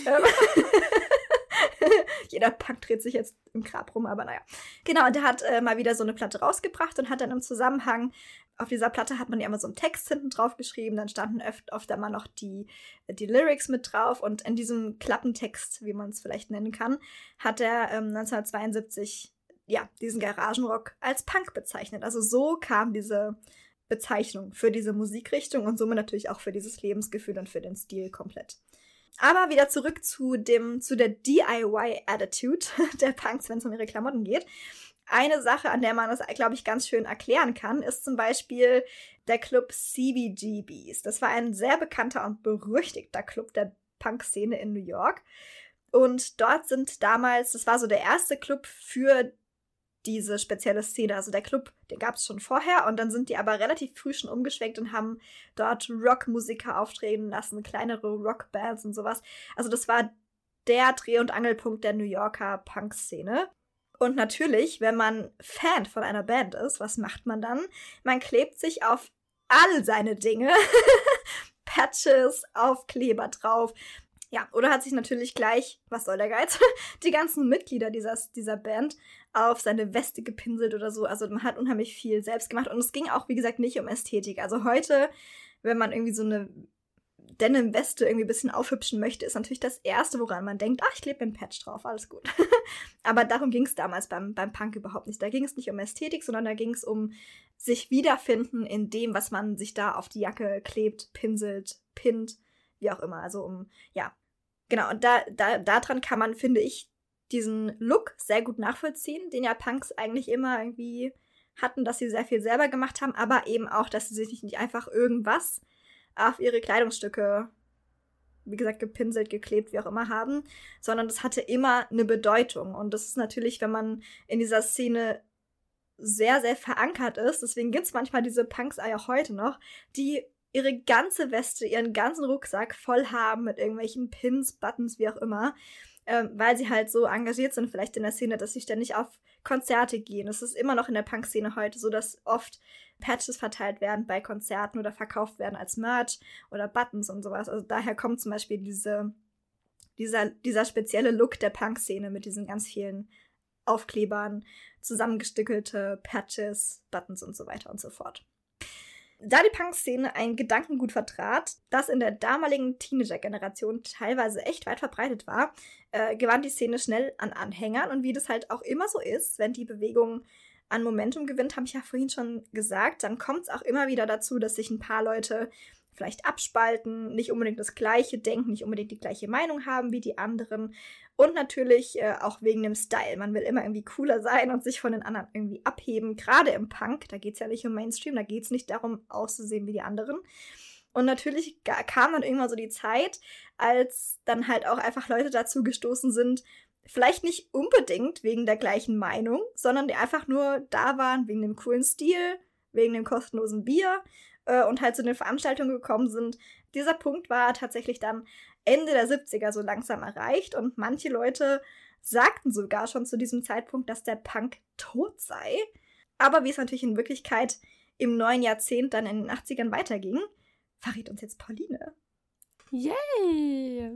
Jeder Punk dreht sich jetzt im Grab rum, aber naja. Genau, und der hat mal wieder so eine Platte rausgebracht und hat dann im Zusammenhang, auf dieser Platte hat man ja immer so einen Text hinten drauf geschrieben, dann standen oft immer noch die Lyrics mit drauf und in diesem Klappentext, wie man es vielleicht nennen kann, hat er 1972 diesen Garagenrock als Punk bezeichnet. Also so kam diese Bezeichnung für diese Musikrichtung und somit natürlich auch für dieses Lebensgefühl und für den Stil komplett. Aber wieder zurück zu der DIY-Attitude der Punks, wenn es um ihre Klamotten geht. Eine Sache, an der man das, glaube ich, ganz schön erklären kann, ist zum Beispiel der Club CBGBs. Das war ein sehr bekannter und berüchtigter Club der Punk-Szene in New York. Und dort sind damals, das war so der erste Club für diese spezielle Szene. Also der Club, den gab es schon vorher und dann sind die aber relativ früh schon umgeschwenkt und haben dort Rockmusiker auftreten lassen, kleinere Rockbands und sowas. Also das war der Dreh- und Angelpunkt der New Yorker Punk-Szene. Und natürlich, wenn man Fan von einer Band ist, was macht man dann? Man klebt sich auf all seine Dinge, Patches, Aufkleber drauf. Ja, oder hat sich natürlich gleich, was soll der Geiz, die ganzen Mitglieder dieser Band auf seine Weste gepinselt oder so. Also man hat unheimlich viel selbst gemacht. Und es ging auch, wie gesagt, nicht um Ästhetik. Also heute, wenn man irgendwie so eine Denim-Weste irgendwie ein bisschen aufhübschen möchte, ist natürlich das Erste, woran man denkt, ich klebe mir ein Patch drauf, alles gut. Aber darum ging es damals beim Punk überhaupt nicht. Da ging es nicht um Ästhetik, sondern da ging es um sich wiederfinden in dem, was man sich da auf die Jacke klebt, pinselt, pinnt, wie auch immer. Also genau. Und daran kann man, finde ich, diesen Look sehr gut nachvollziehen, den ja Punks eigentlich immer irgendwie hatten, dass sie sehr viel selber gemacht haben, aber eben auch, dass sie sich nicht einfach irgendwas auf ihre Kleidungsstücke, wie gesagt, gepinselt, geklebt, wie auch immer haben, sondern das hatte immer eine Bedeutung. Und das ist natürlich, wenn man in dieser Szene sehr, sehr verankert ist, deswegen gibt es manchmal diese Punks auch heute noch, die ihre ganze Weste, ihren ganzen Rucksack voll haben mit irgendwelchen Pins, Buttons, wie auch immer, weil sie halt so engagiert sind vielleicht in der Szene, dass sie ständig auf Konzerte gehen. Es ist immer noch in der Punk-Szene heute so, dass oft Patches verteilt werden bei Konzerten oder verkauft werden als Merch oder Buttons und sowas. Also daher kommt zum Beispiel dieser spezielle Look der Punk-Szene mit diesen ganz vielen Aufklebern, zusammengestückelte Patches, Buttons und so weiter und so fort. Da die Punk-Szene ein Gedankengut vertrat, das in der damaligen Teenager-Generation teilweise echt weit verbreitet war, gewann die Szene schnell an Anhängern. Und wie das halt auch immer so ist, wenn die Bewegung an Momentum gewinnt, habe ich ja vorhin schon gesagt, dann kommt es auch immer wieder dazu, dass sich ein paar Leute vielleicht abspalten, nicht unbedingt das Gleiche denken, nicht unbedingt die gleiche Meinung haben wie die anderen. Und natürlich auch wegen dem Style. Man will immer irgendwie cooler sein und sich von den anderen irgendwie abheben. Gerade im Punk, da geht es ja nicht um Mainstream, da geht es nicht darum, auszusehen wie die anderen. Und natürlich kam dann irgendwann so die Zeit, als dann halt auch einfach Leute dazu gestoßen sind, vielleicht nicht unbedingt wegen der gleichen Meinung, sondern die einfach nur da waren wegen dem coolen Stil, wegen dem kostenlosen Bier und halt zu den Veranstaltungen gekommen sind. Dieser Punkt war tatsächlich dann Ende der 70er so langsam erreicht und manche Leute sagten sogar schon zu diesem Zeitpunkt, dass der Punk tot sei. Aber wie es natürlich in Wirklichkeit im neuen Jahrzehnt dann in den 80ern weiterging, verrät uns jetzt Pauline. Yay!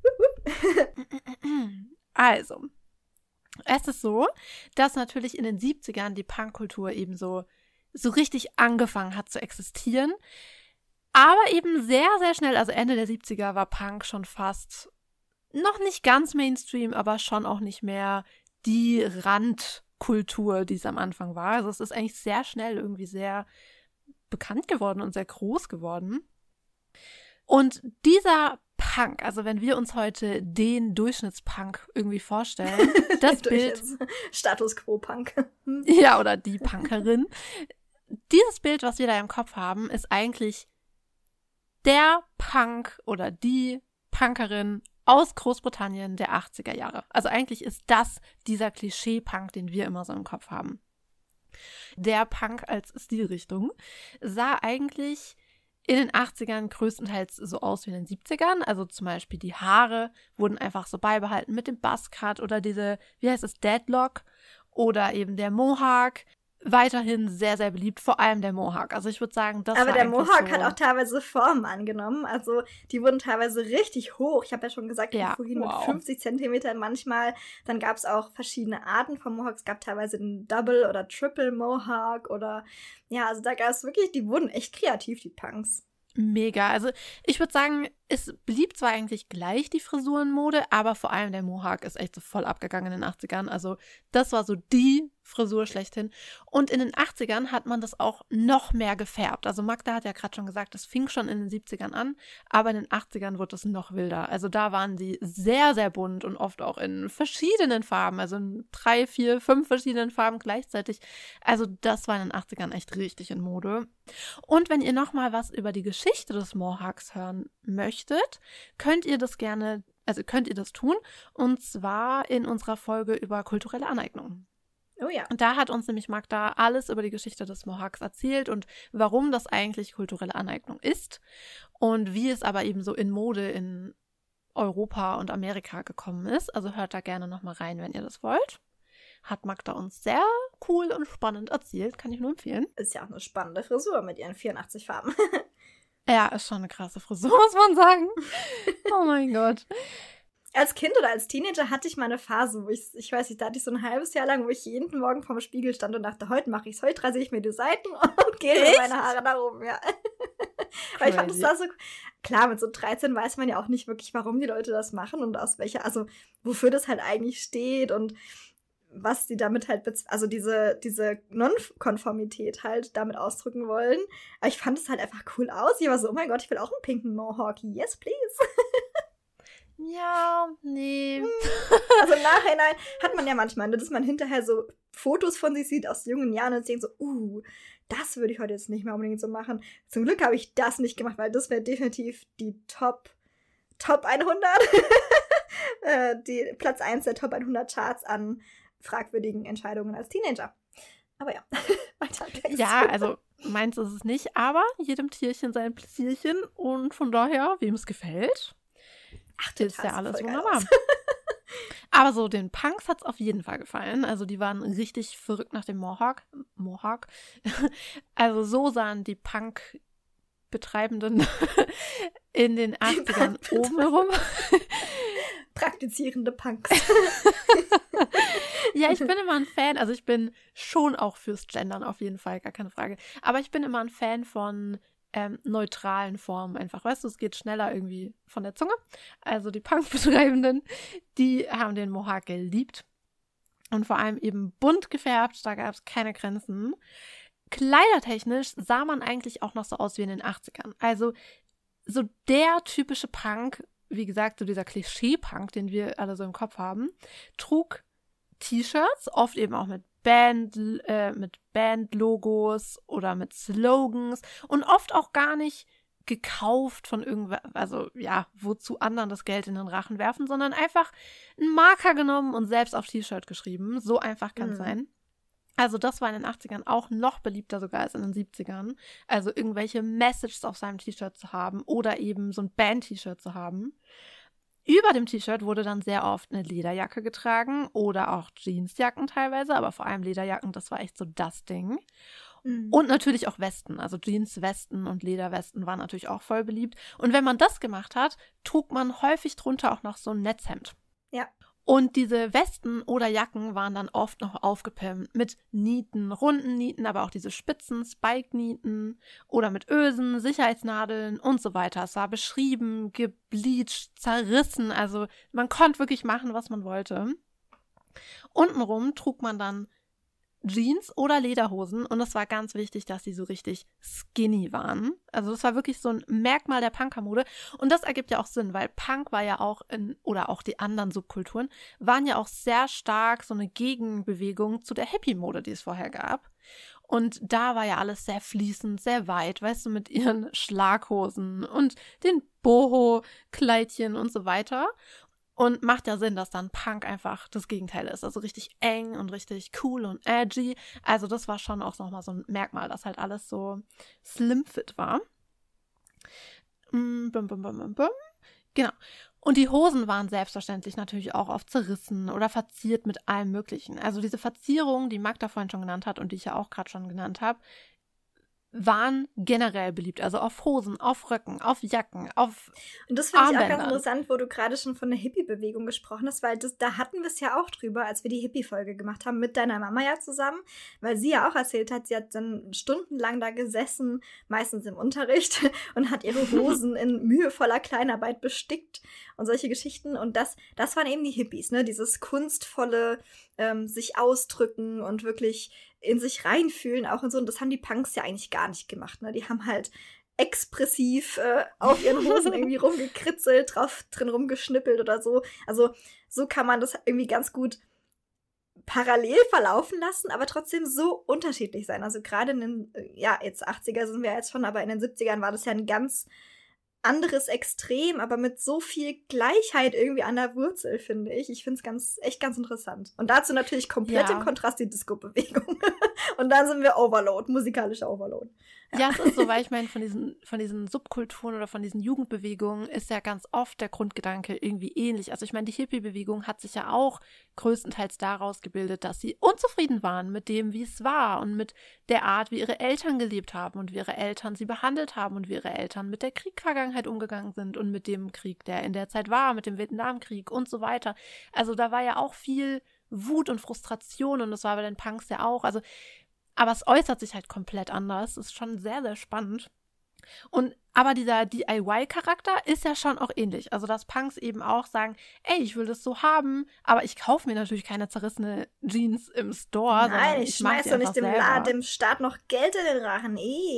Also, es ist so, dass natürlich in den 70ern die Punkkultur eben so richtig angefangen hat zu existieren. Aber eben sehr, sehr schnell, also Ende der 70er war Punk schon fast noch nicht ganz Mainstream, aber schon auch nicht mehr die Randkultur, die es am Anfang war. Also es ist eigentlich sehr schnell irgendwie sehr bekannt geworden und sehr groß geworden. Und dieser Punk, also wenn wir uns heute den Durchschnittspunk irgendwie vorstellen, das Bild... Status Quo Punk. Ja, oder die Punkerin. Dieses Bild, was wir da im Kopf haben, ist eigentlich der Punk oder die Punkerin aus Großbritannien der 80er Jahre. Also eigentlich ist das dieser Klischee-Punk, den wir immer so im Kopf haben. Der Punk als Stilrichtung sah eigentlich in den 80ern größtenteils so aus wie in den 70ern. Also zum Beispiel die Haare wurden einfach so beibehalten mit dem Buzzcut oder diese, wie heißt es, Deadlock oder eben der Mohawk. Weiterhin sehr, sehr beliebt, vor allem der Mohawk. Also ich würde sagen, das aber war der eigentlich Mohawk so, hat auch teilweise Formen angenommen. Also die wurden teilweise richtig hoch. Ich habe ja schon gesagt, vorhin mit 50 Zentimetern manchmal. Dann gab es auch verschiedene Arten von Mohawks. Es gab teilweise einen Double- oder Triple-Mohawk oder ja, also da gab es wirklich, die wurden echt kreativ, die Punks. Mega. Also ich würde sagen, es blieb zwar eigentlich gleich die Frisurenmode, aber vor allem der Mohawk ist echt so voll abgegangen in den 80ern. Also das war so die Frisur schlechthin. Und in den 80ern hat man das auch noch mehr gefärbt. Also Magda hat ja gerade schon gesagt, das fing schon in den 70ern an, aber in den 80ern wurde es noch wilder. Also da waren sie sehr, sehr bunt und oft auch in verschiedenen Farben, also in 3, 4, 5 verschiedenen Farben gleichzeitig. Also das war in den 80ern echt richtig in Mode. Und wenn ihr noch mal was über die Geschichte des Mohawks hören möchtet, könnt ihr das tun, und zwar in unserer Folge über kulturelle Aneignung. Oh ja. Und da hat uns nämlich Magda alles über die Geschichte des Mohawks erzählt und warum das eigentlich kulturelle Aneignung ist und wie es aber eben so in Mode in Europa und Amerika gekommen ist. Also hört da gerne noch mal rein, wenn ihr das wollt. Hat Magda uns sehr cool und spannend erzählt, kann ich nur empfehlen. Ist ja auch eine spannende Frisur mit ihren 84 Farben. Ja, ist schon eine krasse Frisur, muss man sagen. Oh mein Gott. Als Kind oder als Teenager hatte ich mal eine Phase, wo ich weiß nicht, da hatte ich so ein halbes Jahr lang, wo ich jeden Morgen vorm Spiegel stand und dachte, heute mache ich's, heute rasiere ich mir die Seiten und gehe mit meine Haare nach oben, ja. Weil ich fand, das war so, klar, mit so 13 weiß man ja auch nicht wirklich, warum die Leute das machen und aus welcher, also wofür das halt eigentlich steht und was die damit halt, also diese Nonkonformität halt damit ausdrücken wollen. Aber ich fand es halt einfach cool aus. Ich war so, oh mein Gott, ich will auch einen pinken Mohawk. Yes, please. Ja, nee. Also im Nachhinein hat man ja manchmal, dass man hinterher so Fotos von sich sieht aus jungen Jahren und denkt so, das würde ich heute jetzt nicht mehr unbedingt so machen. Zum Glück habe ich das nicht gemacht, weil das wäre definitiv die Top 100. Die Platz 1 der Top 100 Charts an fragwürdigen Entscheidungen als Teenager. Aber ja, weiter geht's. Ja, also meins ist es nicht, aber jedem Tierchen sein Pläsierchen und von daher, wem es gefällt, ist ja alles wunderbar. Aber so den Punks hat es auf jeden Fall gefallen. Also die waren richtig verrückt nach dem Mohawk. Also so sahen die Punk-Betreibenden in den 80ern oben herum. Praktizierende Punks. Ja, ich bin immer ein Fan, also ich bin schon auch fürs Gendern auf jeden Fall, gar keine Frage. Aber ich bin immer ein Fan von neutralen Formen einfach. Weißt du, es geht schneller irgendwie von der Zunge. Also die Punk-Betreibenden, die haben den Mohawk geliebt. Und vor allem eben bunt gefärbt, da gab es keine Grenzen. Kleidertechnisch sah man eigentlich auch noch so aus wie in den 80ern. Also so der typische Punk, wie gesagt, so dieser Klischee-Punk, den wir alle so im Kopf haben, trug T-Shirts, oft eben auch mit Bandlogos oder mit Slogans und oft auch gar nicht gekauft von irgendwer, also ja, wozu anderen das Geld in den Rachen werfen, sondern einfach einen Marker genommen und selbst auf T-Shirt geschrieben. So einfach kann es sein. Also das war in den 80ern auch noch beliebter sogar als in den 70ern. Also irgendwelche Messages auf seinem T-Shirt zu haben oder eben so ein Band-T-Shirt zu haben. Über dem T-Shirt wurde dann sehr oft eine Lederjacke getragen oder auch Jeansjacken teilweise, aber vor allem Lederjacken, das war echt so das Ding. Und natürlich auch Westen, also Jeanswesten und Lederwesten waren natürlich auch voll beliebt. Und wenn man das gemacht hat, trug man häufig drunter auch noch so ein Netzhemd. Ja. Und diese Westen oder Jacken waren dann oft noch aufgepimpt mit Nieten, runden Nieten, aber auch diese spitzen Spike-Nieten oder mit Ösen, Sicherheitsnadeln und so weiter. Es war beschrieben, gebleached, zerrissen, also man konnte wirklich machen, was man wollte. Untenrum trug man dann Jeans oder Lederhosen und es war ganz wichtig, dass sie so richtig skinny waren. Also das war wirklich so ein Merkmal der Punkermode und das ergibt ja auch Sinn, weil Punk war ja auch oder auch die anderen Subkulturen, waren ja auch sehr stark so eine Gegenbewegung zu der Hippie-Mode, die es vorher gab. Und da war ja alles sehr fließend, sehr weit, weißt du, mit ihren Schlaghosen und den Boho-Kleidchen und so weiter. Und macht ja Sinn, dass dann Punk einfach das Gegenteil ist. Also richtig eng und richtig cool und edgy. Also das war schon auch nochmal so ein Merkmal, dass halt alles so slim fit war. Genau. Und die Hosen waren selbstverständlich natürlich auch oft zerrissen oder verziert mit allem Möglichen. Also diese Verzierungen, die Magda vorhin schon genannt hat und die ich ja auch gerade schon genannt habe, waren generell beliebt. Also auf Hosen, auf Röcken, auf Jacken, auf Und das finde ich auch ganz Armbändern. interessant, wo du gerade schon von der Hippie-Bewegung gesprochen hast, weil da hatten wir es ja auch drüber, als wir die Hippie-Folge gemacht haben, mit deiner Mama ja zusammen, weil sie ja auch erzählt hat, sie hat dann stundenlang da gesessen, meistens im Unterricht, und hat ihre Hosen in mühevoller Kleinarbeit bestickt und solche Geschichten. Und das waren eben die Hippies, ne? Dieses kunstvolle sich ausdrücken und wirklich in sich reinfühlen auch und so. Und das haben die Punks ja eigentlich gar nicht gemacht, ne? Die haben halt expressiv auf ihren Hosen irgendwie rumgekritzelt, drin rumgeschnippelt oder so. Also so kann man das irgendwie ganz gut parallel verlaufen lassen, aber trotzdem so unterschiedlich sein. Also gerade in den, jetzt 80er sind wir jetzt schon, aber in den 70ern war das ja ein ganz anderes Extrem, aber mit so viel Gleichheit irgendwie an der Wurzel, finde ich. Ich finde es echt ganz interessant. Und dazu natürlich komplett im Kontrast die Disco-Bewegung. Und dann sind wir Overload, musikalischer Overload. Ja, es ist so, weil ich meine, von diesen Subkulturen oder von diesen Jugendbewegungen ist ja ganz oft der Grundgedanke irgendwie ähnlich. Also ich meine, die Hippie-Bewegung hat sich ja auch größtenteils daraus gebildet, dass sie unzufrieden waren mit dem, wie es war und mit der Art, wie ihre Eltern gelebt haben und wie ihre Eltern sie behandelt haben und wie ihre Eltern mit der Kriegvergangenheit umgegangen sind und mit dem Krieg, der in der Zeit war, mit dem Vietnamkrieg und so weiter. Also da war ja auch viel Wut und Frustration und das war bei den Punks ja auch. Also aber es äußert sich halt komplett anders. Das ist schon sehr, sehr spannend. Aber dieser DIY-Charakter ist ja schon auch ähnlich. Also, dass Punks eben auch sagen, ey, ich will das so haben, aber ich kaufe mir natürlich keine zerrissene Jeans im Store. Nein, ich schmeiß doch nicht dem Staat noch Geld in den Rachen.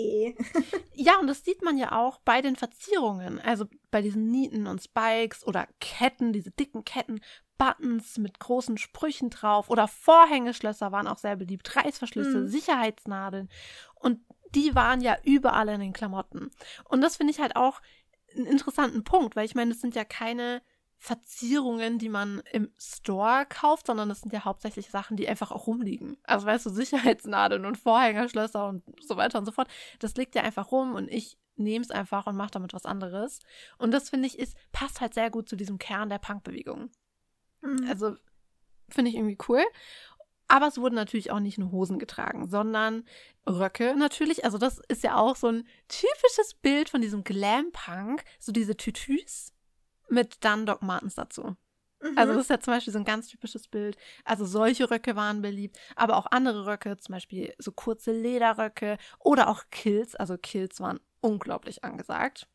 Ja, und das sieht man ja auch bei den Verzierungen. Also bei diesen Nieten und Spikes oder Ketten, diese dicken Ketten, Buttons mit großen Sprüchen drauf oder Vorhängeschlösser waren auch sehr beliebt, Reißverschlüsse, Sicherheitsnadeln und die waren ja überall in den Klamotten. Und das finde ich halt auch einen interessanten Punkt, weil ich meine, das sind ja keine Verzierungen, die man im Store kauft, sondern das sind ja hauptsächlich Sachen, die einfach auch rumliegen. Also weißt du, Sicherheitsnadeln und Vorhängerschlösser und so weiter und so fort, das liegt ja einfach rum und ich nehme es einfach und mache damit was anderes. Und das finde ich passt halt sehr gut zu diesem Kern der Punkbewegung. Also finde ich irgendwie cool. Aber es wurden natürlich auch nicht nur Hosen getragen, sondern Röcke natürlich. Also das ist ja auch so ein typisches Bild von diesem Glam-Punk. So diese Tütüs mit dann Doc Martens dazu. Also das ist ja zum Beispiel so ein ganz typisches Bild. Also solche Röcke waren beliebt, aber auch andere Röcke, zum Beispiel so kurze Lederröcke oder auch Kilts. Also Kilts waren unglaublich angesagt.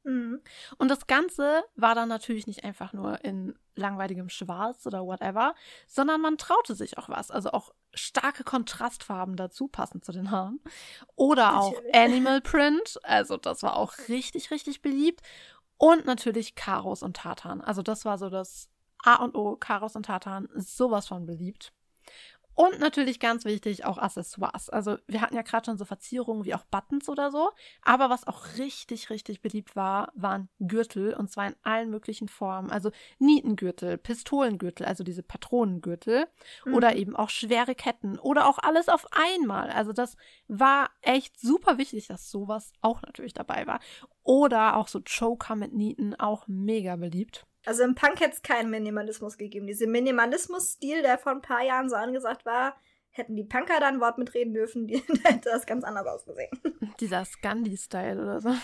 Und das Ganze war dann natürlich nicht einfach nur in langweiligem Schwarz oder whatever, sondern man traute sich auch was. Also auch starke Kontrastfarben dazu, passend zu den Haaren. Oder auch Animal Print, also das war auch richtig, richtig beliebt. Und natürlich Karos und Tartan. Also das war so das A und O, Karos und Tartan, ist sowas von beliebt. Und natürlich ganz wichtig, auch Accessoires. Also wir hatten ja gerade schon so Verzierungen wie auch Buttons oder so. Aber was auch richtig, richtig beliebt war, waren Gürtel. Und zwar in allen möglichen Formen. Also Nietengürtel, Pistolengürtel, also diese Patronengürtel. Oder eben auch schwere Ketten. Oder auch alles auf einmal. Also das war echt super wichtig, dass sowas auch natürlich dabei war. Oder auch so Choker mit Nieten, auch mega beliebt. Also im Punk hätte es keinen Minimalismus gegeben. Dieser Minimalismus-Stil, der vor ein paar Jahren so angesagt war, hätten die Punker da ein Wort mitreden dürfen, hätte das ganz anders ausgesehen. Dieser Scandi-Style oder so.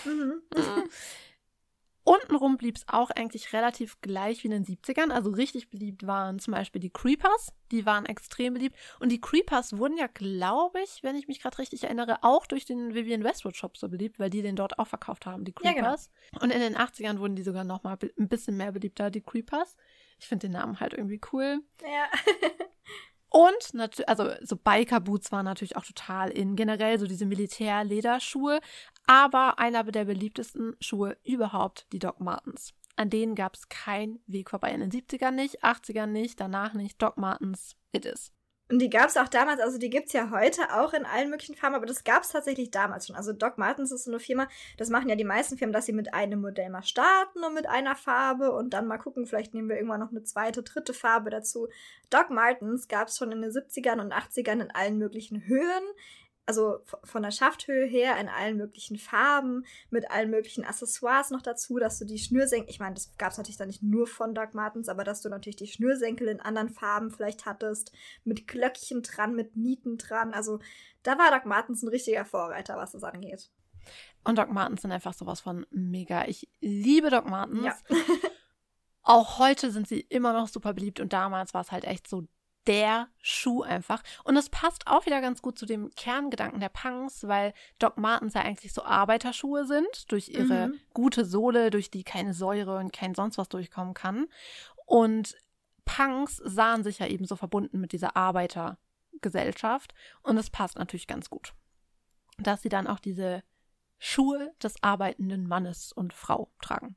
Untenrum blieb es auch eigentlich relativ gleich wie in den 70ern. Also richtig beliebt waren zum Beispiel die Creepers. Die waren extrem beliebt. Und die Creepers wurden ja, glaube ich, wenn ich mich gerade richtig erinnere, auch durch den Vivienne Westwood Shop so beliebt, weil die den dort auch verkauft haben, die Creepers. Ja, genau. Und in den 80ern wurden die sogar noch mal ein bisschen mehr beliebter, die Creepers. Ich finde den Namen halt irgendwie cool. Ja. Und also so Biker-Boots waren natürlich auch total in. Generell so diese Militär-Lederschuhe. Aber einer der beliebtesten Schuhe überhaupt, die Doc Martens. An denen gab es keinen Weg vorbei. In den 70ern nicht, 80ern nicht, danach nicht. Doc Martens, it is. Und die gab es auch damals, also die gibt es ja heute auch in allen möglichen Farben, aber das gab es tatsächlich damals schon. Also Doc Martens ist so eine Firma, das machen ja die meisten Firmen, dass sie mit einem Modell mal starten und mit einer Farbe und dann mal gucken, vielleicht nehmen wir irgendwann noch eine zweite, dritte Farbe dazu. Doc Martens gab es schon in den 70ern und 80ern in allen möglichen Höhen. also von der Schafthöhe her in allen möglichen Farben, mit allen möglichen Accessoires noch dazu, dass du die Schnürsenkel, ich meine, das gab es natürlich dann nicht nur von Doc Martens, aber dass du natürlich die Schnürsenkel in anderen Farben vielleicht hattest, mit Glöckchen dran, mit Nieten dran. Also da war Doc Martens ein richtiger Vorreiter, was das angeht. Und Doc Martens sind einfach sowas von mega. Ich liebe Doc Martens. Ja. Auch heute sind sie immer noch super beliebt und damals war es halt echt so der Schuh einfach. Und es passt auch wieder ganz gut zu dem Kerngedanken der Punks, weil Doc Martens ja eigentlich so Arbeiterschuhe sind, durch ihre gute Sohle, durch die keine Säure und kein sonst was durchkommen kann. Und Punks sahen sich ja eben so verbunden mit dieser Arbeitergesellschaft. Und es passt natürlich ganz gut, dass sie dann auch diese Schuhe des arbeitenden Mannes und Frau tragen.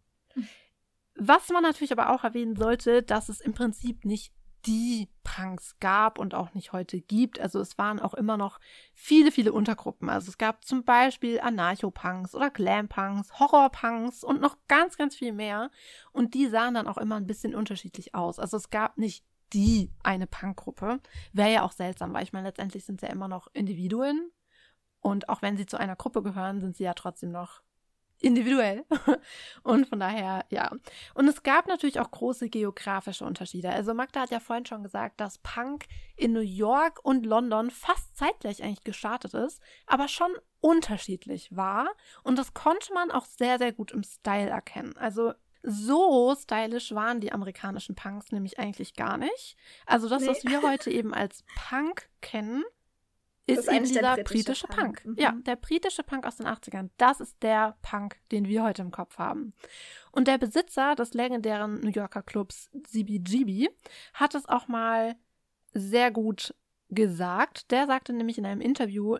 Was man natürlich aber auch erwähnen sollte, dass es im Prinzip nicht die Punks gab und auch nicht heute gibt. Also es waren auch immer noch viele, viele Untergruppen. Also es gab zum Beispiel Anarcho-Punks oder Glam-Punks, Horror-Punks und noch ganz, ganz viel mehr. Und die sahen dann auch immer ein bisschen unterschiedlich aus. Also es gab nicht die eine Punkgruppe. Wäre ja auch seltsam, weil ich meine, letztendlich sind sie ja immer noch Individuen. Und auch wenn sie zu einer Gruppe gehören, sind sie ja trotzdem noch individuell. Und von daher, ja. Und es gab natürlich auch große geografische Unterschiede. Also Magda hat ja vorhin schon gesagt, dass Punk in New York und London fast zeitgleich eigentlich gestartet ist, aber schon unterschiedlich war. Und das konnte man auch sehr, sehr gut im Style erkennen. Also so stylisch waren die amerikanischen Punks nämlich eigentlich gar nicht. Also das, was wir heute eben als Punk kennen, ist eben dieser britische Punk. Ja, der britische Punk aus den 80ern. Das ist der Punk, den wir heute im Kopf haben. Und der Besitzer des legendären New Yorker Clubs CBGB hat es auch mal sehr gut gesagt. Der sagte nämlich in einem Interview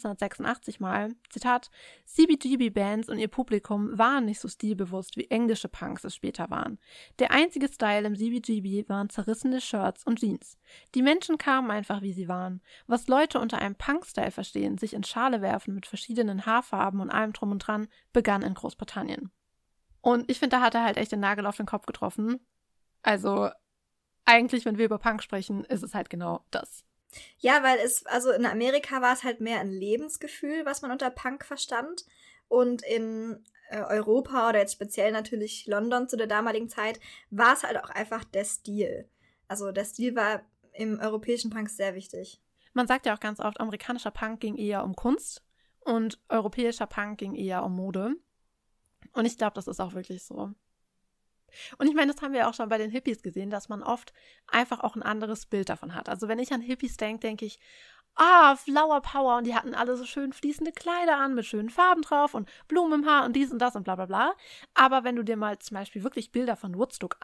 1986 mal, Zitat, CBGB-Bands und ihr Publikum waren nicht so stilbewusst, wie englische Punks es später waren. Der einzige Style im CBGB waren zerrissene Shirts und Jeans. Die Menschen kamen einfach, wie sie waren. Was Leute unter einem Punk-Style verstehen, sich in Schale werfen mit verschiedenen Haarfarben und allem drum und dran, begann in Großbritannien. Und ich finde, da hat er halt echt den Nagel auf den Kopf getroffen. Also eigentlich, wenn wir über Punk sprechen, ist es halt genau das. Ja, weil also in Amerika war es halt mehr ein Lebensgefühl, was man unter Punk verstand. Und in Europa oder jetzt speziell natürlich London zu der damaligen Zeit war es halt auch einfach der Stil. Also der Stil war im europäischen Punk sehr wichtig. Man sagt ja auch ganz oft, amerikanischer Punk ging eher um Kunst und europäischer Punk ging eher um Mode. Und ich glaube, das ist auch wirklich so. Und ich meine, das haben wir auch schon bei den Hippies gesehen, dass man oft einfach auch ein anderes Bild davon hat. Also wenn ich an Hippies denke, denke ich, Flower Power, und die hatten alle so schön fließende Kleider an mit schönen Farben drauf und Blumen im Haar und dies und das und bla bla bla. Aber wenn du dir mal zum Beispiel wirklich Bilder von Woodstock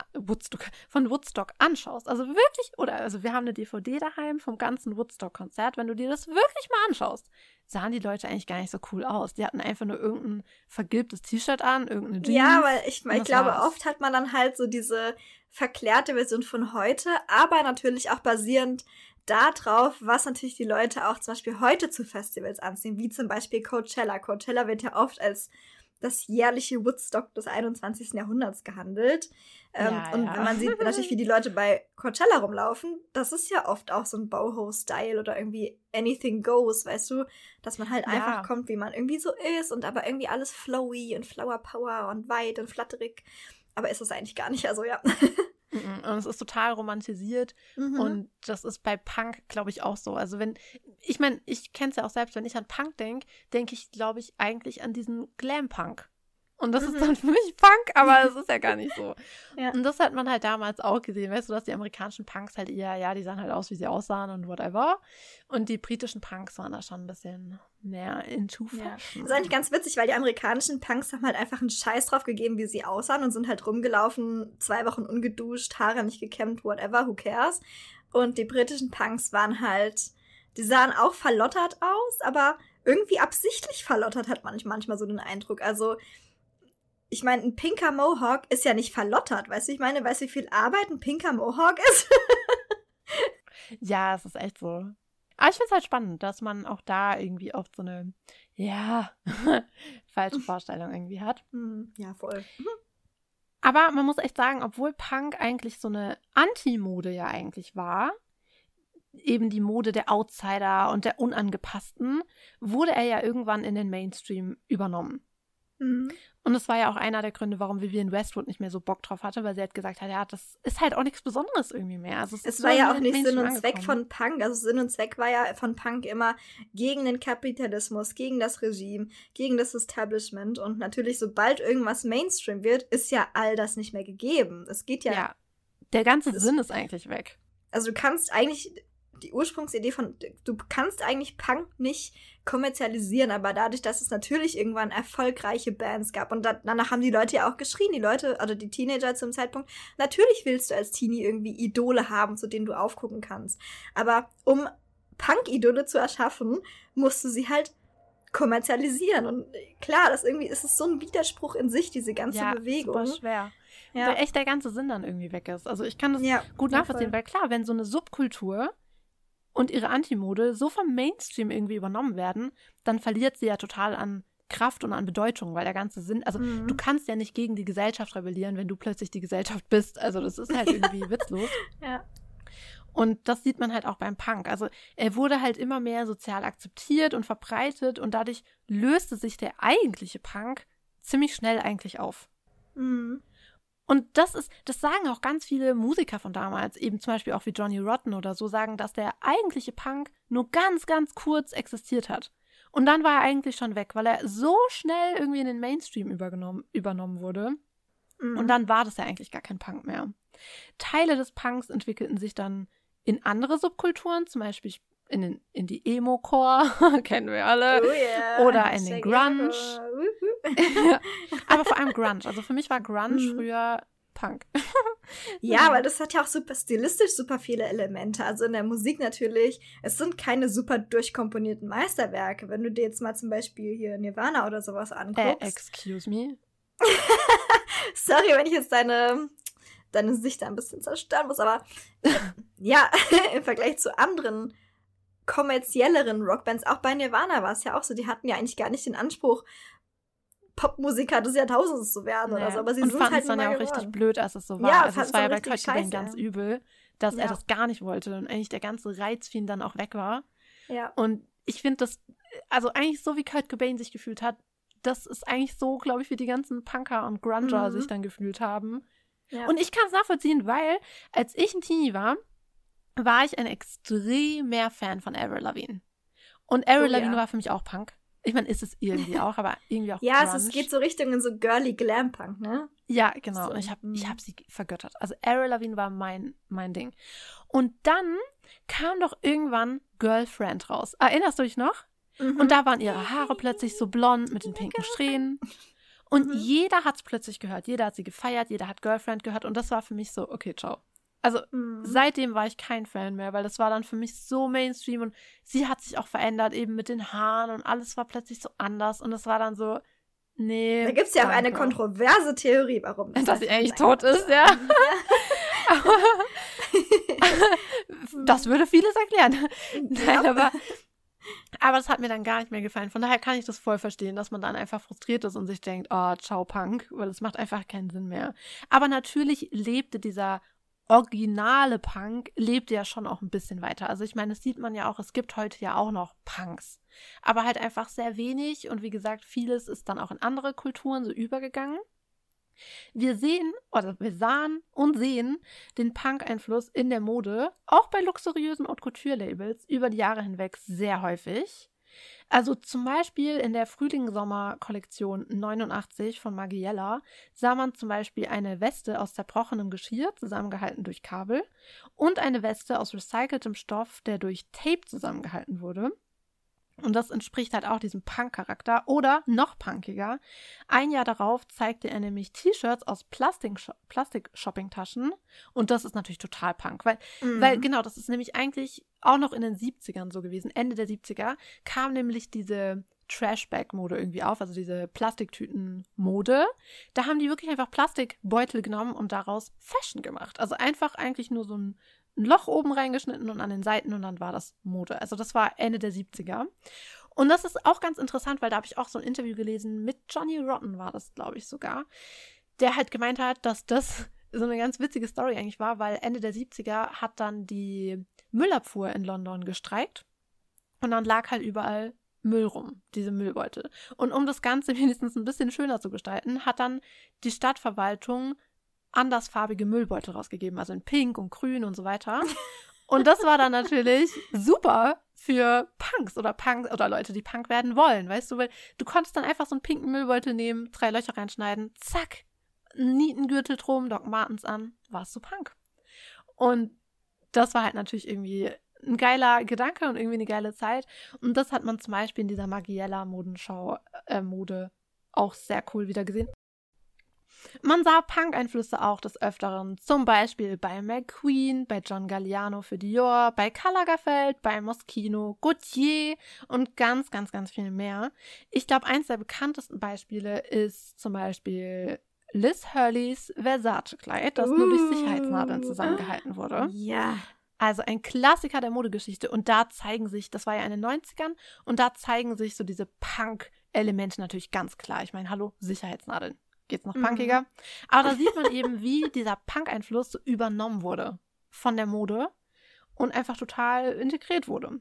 anschaust, also wirklich, also wir haben eine DVD daheim vom ganzen Woodstock-Konzert, wenn du dir das wirklich mal anschaust, sahen die Leute eigentlich gar nicht so cool aus. Die hatten einfach nur irgendein vergilbtes T-Shirt an, irgendeine Jeans. Ja, weil ich glaube, oft hat man dann halt so diese verklärte Version von heute, aber natürlich auch basierend darauf, was natürlich die Leute auch zum Beispiel heute zu Festivals anziehen, wie zum Beispiel Coachella. Coachella wird ja oft als das jährliche Woodstock des 21. Jahrhunderts gehandelt. Und wenn man sieht natürlich, wie die Leute bei Coachella rumlaufen, das ist ja oft auch so ein Boho-Style oder irgendwie anything goes, weißt du? Dass man halt einfach kommt, wie man irgendwie so ist und aber irgendwie alles flowy und Flower Power und weit und flatterig. Aber ist es eigentlich gar nicht, also ja. Und es ist total romantisiert und das ist bei Punk, glaube ich, auch so. Also ich kenne es ja auch selbst, wenn ich an Punk denke, denke ich, glaube ich, eigentlich an diesen Glam-Punk. Und das ist dann für mich Punk, aber es ist ja gar nicht so. Ja. Und das hat man halt damals auch gesehen, weißt du, dass die amerikanischen Punks halt eher, die sahen halt aus, wie sie aussahen und whatever. Und die britischen Punks waren da schon ein bisschen mehr into Fashion. Ja. Das ist eigentlich ganz witzig, weil die amerikanischen Punks haben halt einfach einen Scheiß drauf gegeben, wie sie aussahen und sind halt rumgelaufen, 2 Wochen ungeduscht, Haare nicht gekämmt, whatever, who cares. Und die britischen Punks waren halt, die sahen auch verlottert aus, aber irgendwie absichtlich verlottert, hat man manchmal so den Eindruck. Also ich meine, ein pinker Mohawk ist ja nicht verlottert, weißt du? Ich meine, weißt du, wie viel Arbeit ein pinker Mohawk ist? Ja, es ist echt so. Aber ich finde es halt spannend, dass man auch da irgendwie oft so eine, falsche Vorstellung irgendwie hat. Ja, voll. Aber man muss echt sagen, obwohl Punk eigentlich so eine Anti-Mode ja eigentlich war, eben die Mode der Outsider und der Unangepassten, wurde er ja irgendwann in den Mainstream übernommen. Und das war ja auch einer der Gründe, warum Vivienne Westwood nicht mehr so Bock drauf hatte, weil sie halt gesagt hat, ja, das ist halt auch nichts Besonderes irgendwie mehr. Also es war ja auch nicht Sinn und Zweck von Punk. Also Sinn und Zweck war ja von Punk immer gegen den Kapitalismus, gegen das Regime, gegen das Establishment. Und natürlich, sobald irgendwas Mainstream wird, ist ja all das nicht mehr gegeben. Es geht ja... Ja, der ganze Sinn ist eigentlich weg. Also du kannst eigentlich... Die Ursprungsidee du kannst eigentlich Punk nicht kommerzialisieren, aber dadurch, dass es natürlich irgendwann erfolgreiche Bands gab und danach haben die Leute ja auch geschrien, die Teenager zum Zeitpunkt, natürlich willst du als Teenie irgendwie Idole haben, zu denen du aufgucken kannst. Aber um Punk-Idole zu erschaffen, musst du sie halt kommerzialisieren. Und klar, ist es so ein Widerspruch in sich, diese ganze Bewegung. Ja, super schwer. Ja. Weil echt der ganze Sinn dann irgendwie weg ist. Also ich kann das gut nachvollziehen, weil klar, wenn so eine Subkultur und ihre Antimode so vom Mainstream irgendwie übernommen werden, dann verliert sie ja total an Kraft und an Bedeutung, weil der ganze Sinn, also du kannst ja nicht gegen die Gesellschaft rebellieren, wenn du plötzlich die Gesellschaft bist. Also das ist halt irgendwie witzlos. Ja. Und das sieht man halt auch beim Punk. Also er wurde halt immer mehr sozial akzeptiert und verbreitet und dadurch löste sich der eigentliche Punk ziemlich schnell eigentlich auf. Und das sagen auch ganz viele Musiker von damals, eben zum Beispiel auch wie Johnny Rotten oder so, sagen, dass der eigentliche Punk nur ganz, ganz kurz existiert hat. Und dann war er eigentlich schon weg, weil er so schnell irgendwie in den Mainstream übernommen wurde. Und dann war das ja eigentlich gar kein Punk mehr. Teile des Punks entwickelten sich dann in andere Subkulturen, zum Beispiel in die Emo-Core, kennen wir alle, oder in den Grunge. Aber vor allem Grunge. Also für mich war Grunge früher Punk. Ja, weil das hat ja auch stilistisch super viele Elemente. Also in der Musik natürlich, es sind keine super durchkomponierten Meisterwerke. Wenn du dir jetzt mal zum Beispiel hier Nirvana oder sowas anguckst. Excuse me? Sorry, wenn ich jetzt deine Sicht da ein bisschen zerstören muss, aber ja, im Vergleich zu anderen kommerzielleren Rockbands, auch bei Nirvana war es ja auch so, die hatten ja eigentlich gar nicht den Anspruch, Popmusiker des Jahrtausends zu werden oder so, aber sie sind halt dann ja auch richtig blöd, als es so war. Ja, also es war ja bei Kurt Cobain ganz übel, dass er das gar nicht wollte und eigentlich der ganze Reiz für ihn dann auch weg war. Ja. Und ich finde das, also eigentlich so wie Kurt Cobain sich gefühlt hat, das ist eigentlich so, glaube ich, wie die ganzen Punker und Grunger sich dann gefühlt haben. Ja. Und ich kann es nachvollziehen, weil als ich ein Teenie war ich ein extremer Fan von Avril Lavigne. Und Avril Lavigne war für mich auch Punk. Ich meine, ist es irgendwie auch, aber irgendwie auch ja, Grunge. Es geht so Richtung in so girly Glam-Punk, ne? Ja, genau. So. Und ich hab sie vergöttert. Also Avril Lavigne war mein Ding. Und dann kam doch irgendwann Girlfriend raus. Erinnerst du dich noch? Und da waren ihre Haare plötzlich so blond mit den pinken Strähnen. Und jeder hat es plötzlich gehört. Jeder hat sie gefeiert, jeder hat Girlfriend gehört. Und das war für mich so, okay, ciao. Also seitdem war ich kein Fan mehr, weil das war dann für mich so Mainstream und sie hat sich auch verändert, eben mit den Haaren und alles war plötzlich so anders und es war dann so, nee. Da gibt es ja auch eine kontroverse Theorie, warum dass sie eigentlich tot ist, ja. Das würde vieles erklären. Nein, aber es hat mir dann gar nicht mehr gefallen. Von daher kann ich das voll verstehen, dass man dann einfach frustriert ist und sich denkt, oh, ciao Punk, weil es macht einfach keinen Sinn mehr. Aber natürlich lebte dieser originale Punk lebte ja schon auch ein bisschen weiter. Also ich meine, das sieht man ja auch, es gibt heute ja auch noch Punks. Aber halt einfach sehr wenig und wie gesagt, vieles ist dann auch in andere Kulturen so übergegangen. Wir sahen und sehen den Punk-Einfluss in der Mode, auch bei luxuriösen Haute-Couture-Labels, über die Jahre hinweg sehr häufig. Also zum Beispiel in der Frühling-Sommer-Kollektion 89 von Margiela sah man zum Beispiel eine Weste aus zerbrochenem Geschirr, zusammengehalten durch Kabel, und eine Weste aus recyceltem Stoff, der durch Tape zusammengehalten wurde. Und das entspricht halt auch diesem Punk-Charakter. Oder noch punkiger, ein Jahr darauf zeigte er nämlich T-Shirts aus Plastik-Shopping-Taschen. Und das ist natürlich total Punk. Weil genau, das ist nämlich eigentlich auch noch in den 70ern so gewesen. Ende der 70er kam nämlich diese Trash-Bag-Mode irgendwie auf, also diese Plastiktüten-Mode. Da haben die wirklich einfach Plastikbeutel genommen und daraus Fashion gemacht. Also einfach eigentlich nur so ein Loch oben reingeschnitten und an den Seiten und dann war das Mode. Also das war Ende der 70er. Und das ist auch ganz interessant, weil da habe ich auch so ein Interview gelesen mit Johnny Rotten war das, glaube ich sogar, der halt gemeint hat, dass das so eine ganz witzige Story eigentlich war, weil Ende der 70er hat dann die Müllabfuhr in London gestreikt und dann lag halt überall Müll rum, diese Müllbeutel. Und um das Ganze wenigstens ein bisschen schöner zu gestalten, hat dann die Stadtverwaltung andersfarbige Müllbeutel rausgegeben, also in Pink und Grün und so weiter. Und das war dann natürlich super für Punks oder Leute, die Punk werden wollen, weißt du, weil du konntest dann einfach so einen pinken Müllbeutel nehmen, 3 Löcher reinschneiden, zack, Nietengürtel drum, Doc Martens an, warst du Punk. Und das war halt natürlich irgendwie ein geiler Gedanke und irgendwie eine geile Zeit. Und das hat man zum Beispiel in dieser Margiela-Modenschau Mode auch sehr cool wieder gesehen. Man sah Punk-Einflüsse auch des Öfteren, zum Beispiel bei McQueen, bei John Galliano für Dior, bei Karl Lagerfeld, bei Moschino, Gaultier und ganz, ganz, ganz viel mehr. Ich glaube, eins der bekanntesten Beispiele ist zum Beispiel Liz Hurleys Versace-Kleid, das nur durch Sicherheitsnadeln zusammengehalten wurde. Ja. Also ein Klassiker der Modegeschichte. Und da zeigen sich, das war ja in den 90ern, und da zeigen sich so diese Punk-Elemente natürlich ganz klar. Ich meine, hallo, Sicherheitsnadeln. Geht's noch punkiger? Aber da sieht man eben, wie dieser Punk-Einfluss so übernommen wurde von der Mode und einfach total integriert wurde.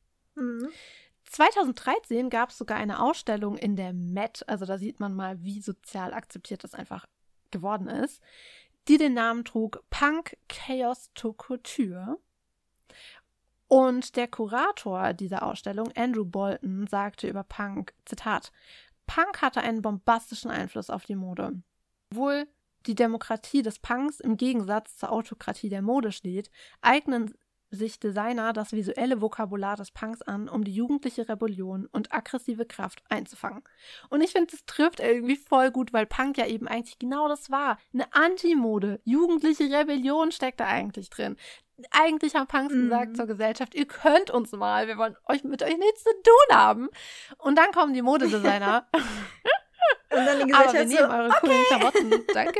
2013 gab es sogar eine Ausstellung in der Met, also da sieht man mal, wie sozial akzeptiert das einfach geworden ist, die den Namen trug Punk Chaos to Couture. Und der Kurator dieser Ausstellung, Andrew Bolton, sagte über Punk, Zitat, Punk hatte einen bombastischen Einfluss auf die Mode. Obwohl die Demokratie des Punks im Gegensatz zur Autokratie der Mode steht, eignen sich Designer das visuelle Vokabular des Punks an, um die jugendliche Rebellion und aggressive Kraft einzufangen. Und ich finde, das trifft irgendwie voll gut, weil Punk ja eben eigentlich genau das war. Eine Anti-Mode, jugendliche Rebellion steckt da eigentlich drin. Eigentlich haben Punks gesagt zur Gesellschaft, ihr könnt uns mal, wir wollen mit euch nichts zu tun haben. Und dann kommen die Modedesigner. Und dann die Gesellschaft aber wir nehmen eure coolen Klamotten. Danke.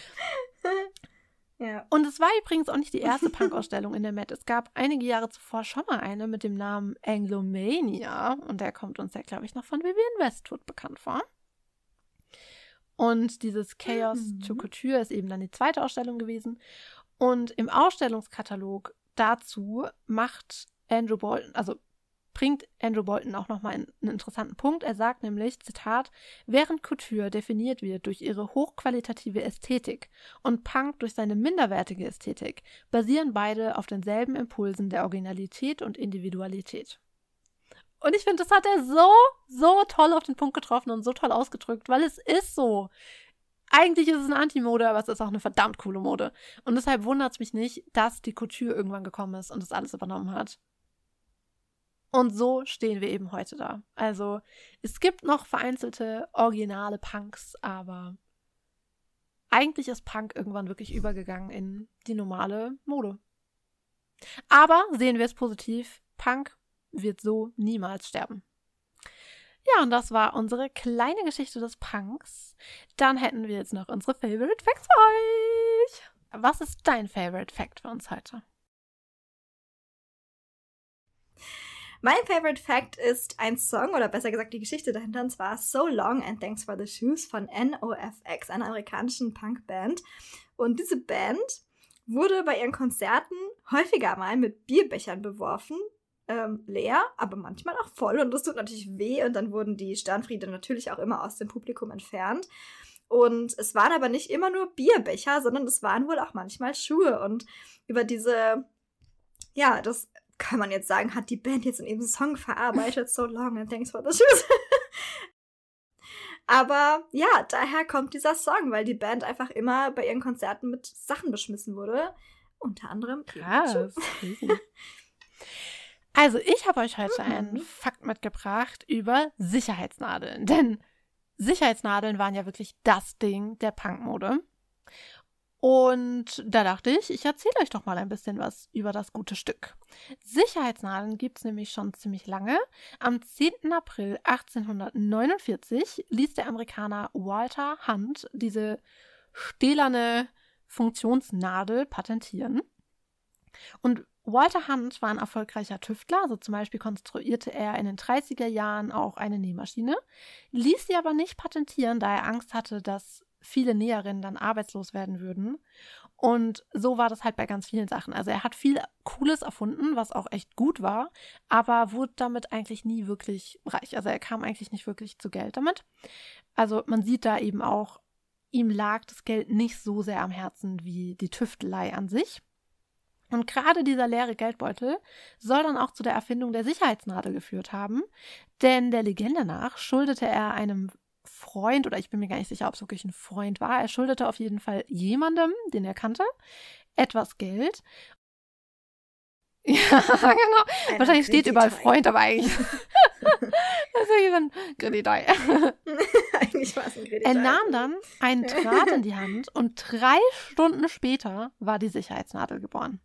Ja. Und es war übrigens auch nicht die erste Punk-Ausstellung in der Met. Es gab einige Jahre zuvor schon mal eine mit dem Namen Anglomania. Und der kommt uns ja, glaube ich, noch von Vivienne Westwood bekannt vor. Und dieses Chaos to Couture ist eben dann die zweite Ausstellung gewesen. Und im Ausstellungskatalog dazu bringt Andrew Bolton auch nochmal einen interessanten Punkt. Er sagt nämlich, Zitat, während Couture definiert wird durch ihre hochqualitative Ästhetik und Punk durch seine minderwertige Ästhetik, basieren beide auf denselben Impulsen der Originalität und Individualität. Und ich finde, das hat er so toll auf den Punkt getroffen und so toll ausgedrückt, weil es ist so. Eigentlich ist es eine Anti-Mode, aber es ist auch eine verdammt coole Mode. Und deshalb wundert es mich nicht, dass die Couture irgendwann gekommen ist und das alles übernommen hat. Und so stehen wir eben heute da. Also es gibt noch vereinzelte originale Punks, aber eigentlich ist Punk irgendwann wirklich übergegangen in die normale Mode. Aber sehen wir es positiv, Punk wird so niemals sterben. Ja, und das war unsere kleine Geschichte des Punks. Dann hätten wir jetzt noch unsere Favorite Facts für euch. Was ist dein Favorite Fact für uns heute? Mein Favorite Fact ist ein Song, oder besser gesagt die Geschichte dahinter, und zwar So Long and Thanks for the Shoes von NOFX, einer amerikanischen Punkband. Und diese Band wurde bei ihren Konzerten häufiger mal mit Bierbechern beworfen. Leer, aber manchmal auch voll, und das tut natürlich weh, und dann wurden die Störenfriede natürlich auch immer aus dem Publikum entfernt. Und es waren aber nicht immer nur Bierbecher, sondern es waren wohl auch manchmal Schuhe, und über diese, ja, das kann man jetzt sagen, hat die Band jetzt in ihrem Song verarbeitet, So Long and Thanks for the Shoes. Aber ja, daher kommt dieser Song, weil die Band einfach immer bei ihren Konzerten mit Sachen beschmissen wurde, unter anderem Krass. Also, ich habe euch heute einen Fakt mitgebracht über Sicherheitsnadeln. Denn Sicherheitsnadeln waren ja wirklich das Ding der Punkmode. Und da dachte ich, ich erzähle euch doch mal ein bisschen was über das gute Stück. Sicherheitsnadeln gibt es nämlich schon ziemlich lange. Am 10. April 1849 ließ der Amerikaner Walter Hunt diese stählerne Funktionsnadel patentieren. Und Walter Hunt war ein erfolgreicher Tüftler, also zum Beispiel konstruierte er in den 30er Jahren auch eine Nähmaschine, ließ sie aber nicht patentieren, da er Angst hatte, dass viele Näherinnen dann arbeitslos werden würden. Und so war das halt bei ganz vielen Sachen. Also er hat viel Cooles erfunden, was auch echt gut war, aber wurde damit eigentlich nie wirklich reich. Also er kam eigentlich nicht wirklich zu Geld damit. Also man sieht da eben auch, ihm lag das Geld nicht so sehr am Herzen wie die Tüftelei an sich. Und gerade dieser leere Geldbeutel soll dann auch zu der Erfindung der Sicherheitsnadel geführt haben, denn der Legende nach schuldete er einem Freund, oder ich bin mir gar nicht sicher, ob es wirklich ein Freund war, er schuldete auf jeden Fall jemandem, den er kannte, etwas Geld. Ja, genau. Wahrscheinlich steht überall Freund, aber eigentlich das ist ja ein Kreditei. Eigentlich war es ein Kreditei. Er nahm dann einen Draht in die Hand und 3 Stunden später war die Sicherheitsnadel geboren.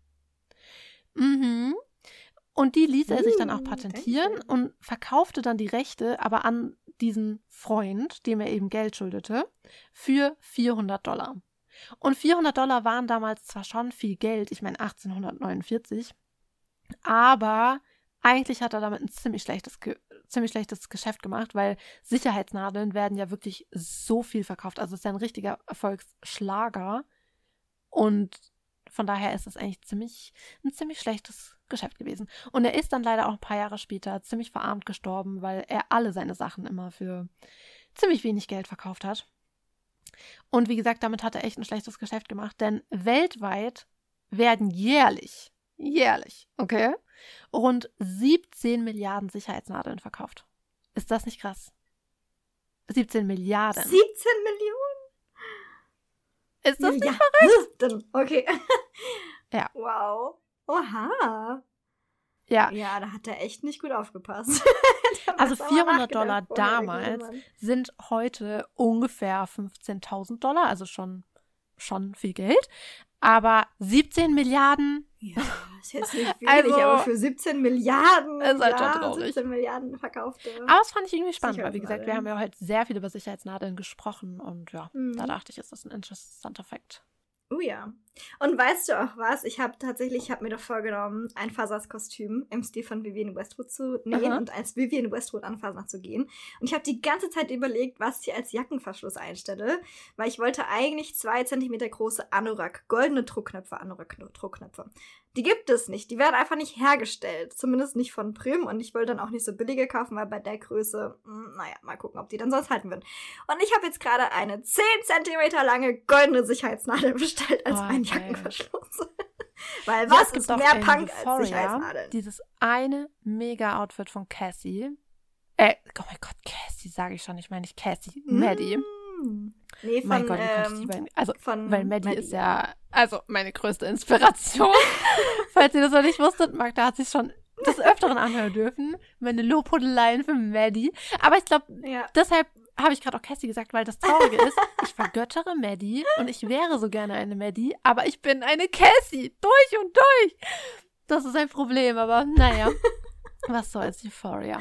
Mhm. Und die ließ er sich dann auch patentieren und verkaufte dann die Rechte aber an diesen Freund, dem er eben Geld schuldete, für $400. Und $400 waren damals zwar schon viel Geld, ich meine 1849, aber eigentlich hat er damit ein ziemlich schlechtes Geschäft gemacht, weil Sicherheitsnadeln werden ja wirklich so viel verkauft. Also es ist ja ein richtiger Erfolgsschlager und von daher ist es eigentlich ein ziemlich schlechtes Geschäft gewesen. Und er ist dann leider auch ein paar Jahre später ziemlich verarmt gestorben, weil er alle seine Sachen immer für ziemlich wenig Geld verkauft hat. Und wie gesagt, damit hat er echt ein schlechtes Geschäft gemacht, denn weltweit werden jährlich, okay, rund 17 Milliarden Sicherheitsnadeln verkauft. Ist das nicht krass? 17 Milliarden. 17 Millionen? Ist das nicht verrückt? Okay. Ja. Wow. Oha. Ja. Ja, da hat er echt nicht gut aufgepasst. Also $400 damals sind heute ungefähr $15.000, also schon viel Geld. Aber 17 Milliarden. Ja, ist jetzt nicht wenig, aber für 17 Milliarden. Ist halt schon traurig. 17 Milliarden verkaufte. Aber das fand ich irgendwie spannend, weil wie gesagt, wir haben ja heute sehr viel über Sicherheitsnadeln gesprochen und ja, da dachte ich, ist das ein interessanter Fakt. Oh ja. Und weißt du auch was? Ich habe mir doch vorgenommen, ein Faserskostüm im Stil von Vivienne Westwood zu nähen und als Vivienne Westwood an Fasnacht zu gehen. Und ich habe die ganze Zeit überlegt, was ich als Jackenverschluss einstelle, weil ich wollte eigentlich 2 Zentimeter große Anorak, goldene Druckknöpfe. Die gibt es nicht. Die werden einfach nicht hergestellt. Zumindest nicht von Prim. Und ich wollte dann auch nicht so billige kaufen, weil bei der Größe, naja, mal gucken, ob die dann sonst halten würden. Und ich habe jetzt gerade eine 10 Zentimeter lange goldene Sicherheitsnadel bestellt als mein Jackenverschluss. Weil was ist mehr Punk als Sicherheitsnadeln? Dieses eine Mega-Outfit von Cassie. Oh mein Gott, Cassie sage ich schon. Ich meine nicht Cassie, Maddie. Nee, von, mein Gott, weil Maddie ist ja, also meine größte Inspiration. Falls ihr das noch nicht wusstet, Magda hat sich schon des Öfteren anhören dürfen. Meine Lobhudeleien für Maddie. Aber ich glaube, deshalb habe ich gerade auch Cassie gesagt, weil das Traurige ist, ich vergöttere Maddie und ich wäre so gerne eine Maddie, aber ich bin eine Cassie, durch und durch. Das ist ein Problem, aber naja, was soll's, Euphoria.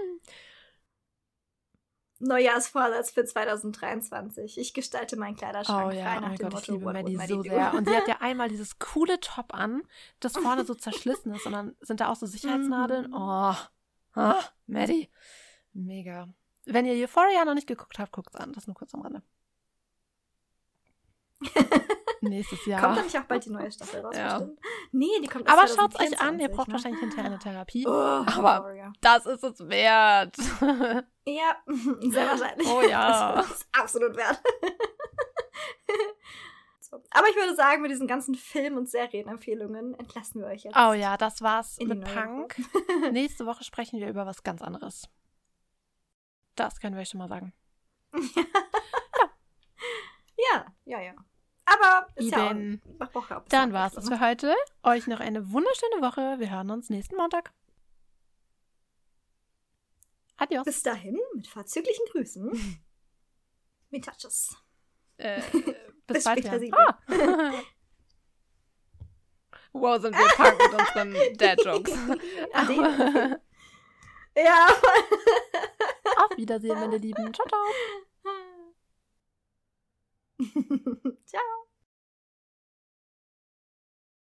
Neujahrsvorsatz für 2023. Ich gestalte meinen Kleiderschrank frei nach dem Motto, ich liebe Maddie so sehr. Und sie hat ja einmal dieses coole Top an, das vorne so zerschlissen ist und dann sind da auch so Sicherheitsnadeln. Maddie. Mega. Wenn ihr Euphoria noch nicht geguckt habt, guckt's an. Das nur kurz am Rande. Nächstes Jahr. Kommt da nicht auch bald die neue Staffel raus? Ja. Bestimmt? Nee, die kommt aber schaut's euch an, ihr braucht wahrscheinlich hinterher eine Therapie. Aber das ist es wert. Ja, sehr wahrscheinlich. Oh ja. Das ist absolut wert. So. Aber ich würde sagen, mit diesen ganzen Film- und Serienempfehlungen entlassen wir euch jetzt. Oh ja, das war's mit Punk. Nächste Woche sprechen wir über was ganz anderes. Das können wir euch schon mal sagen. Ja. Aber ist dann war's das für heute. Euch noch eine wunderschöne Woche. Wir hören uns nächsten Montag. Adios. Bis dahin, mit vorzüglichen Grüßen. Mit Touches. Bis bald. Wow, sind wir Punk mit unseren Dad-Jokes. Ja. Auf Wiedersehen, meine Lieben. Ciao, ciao. Ciao.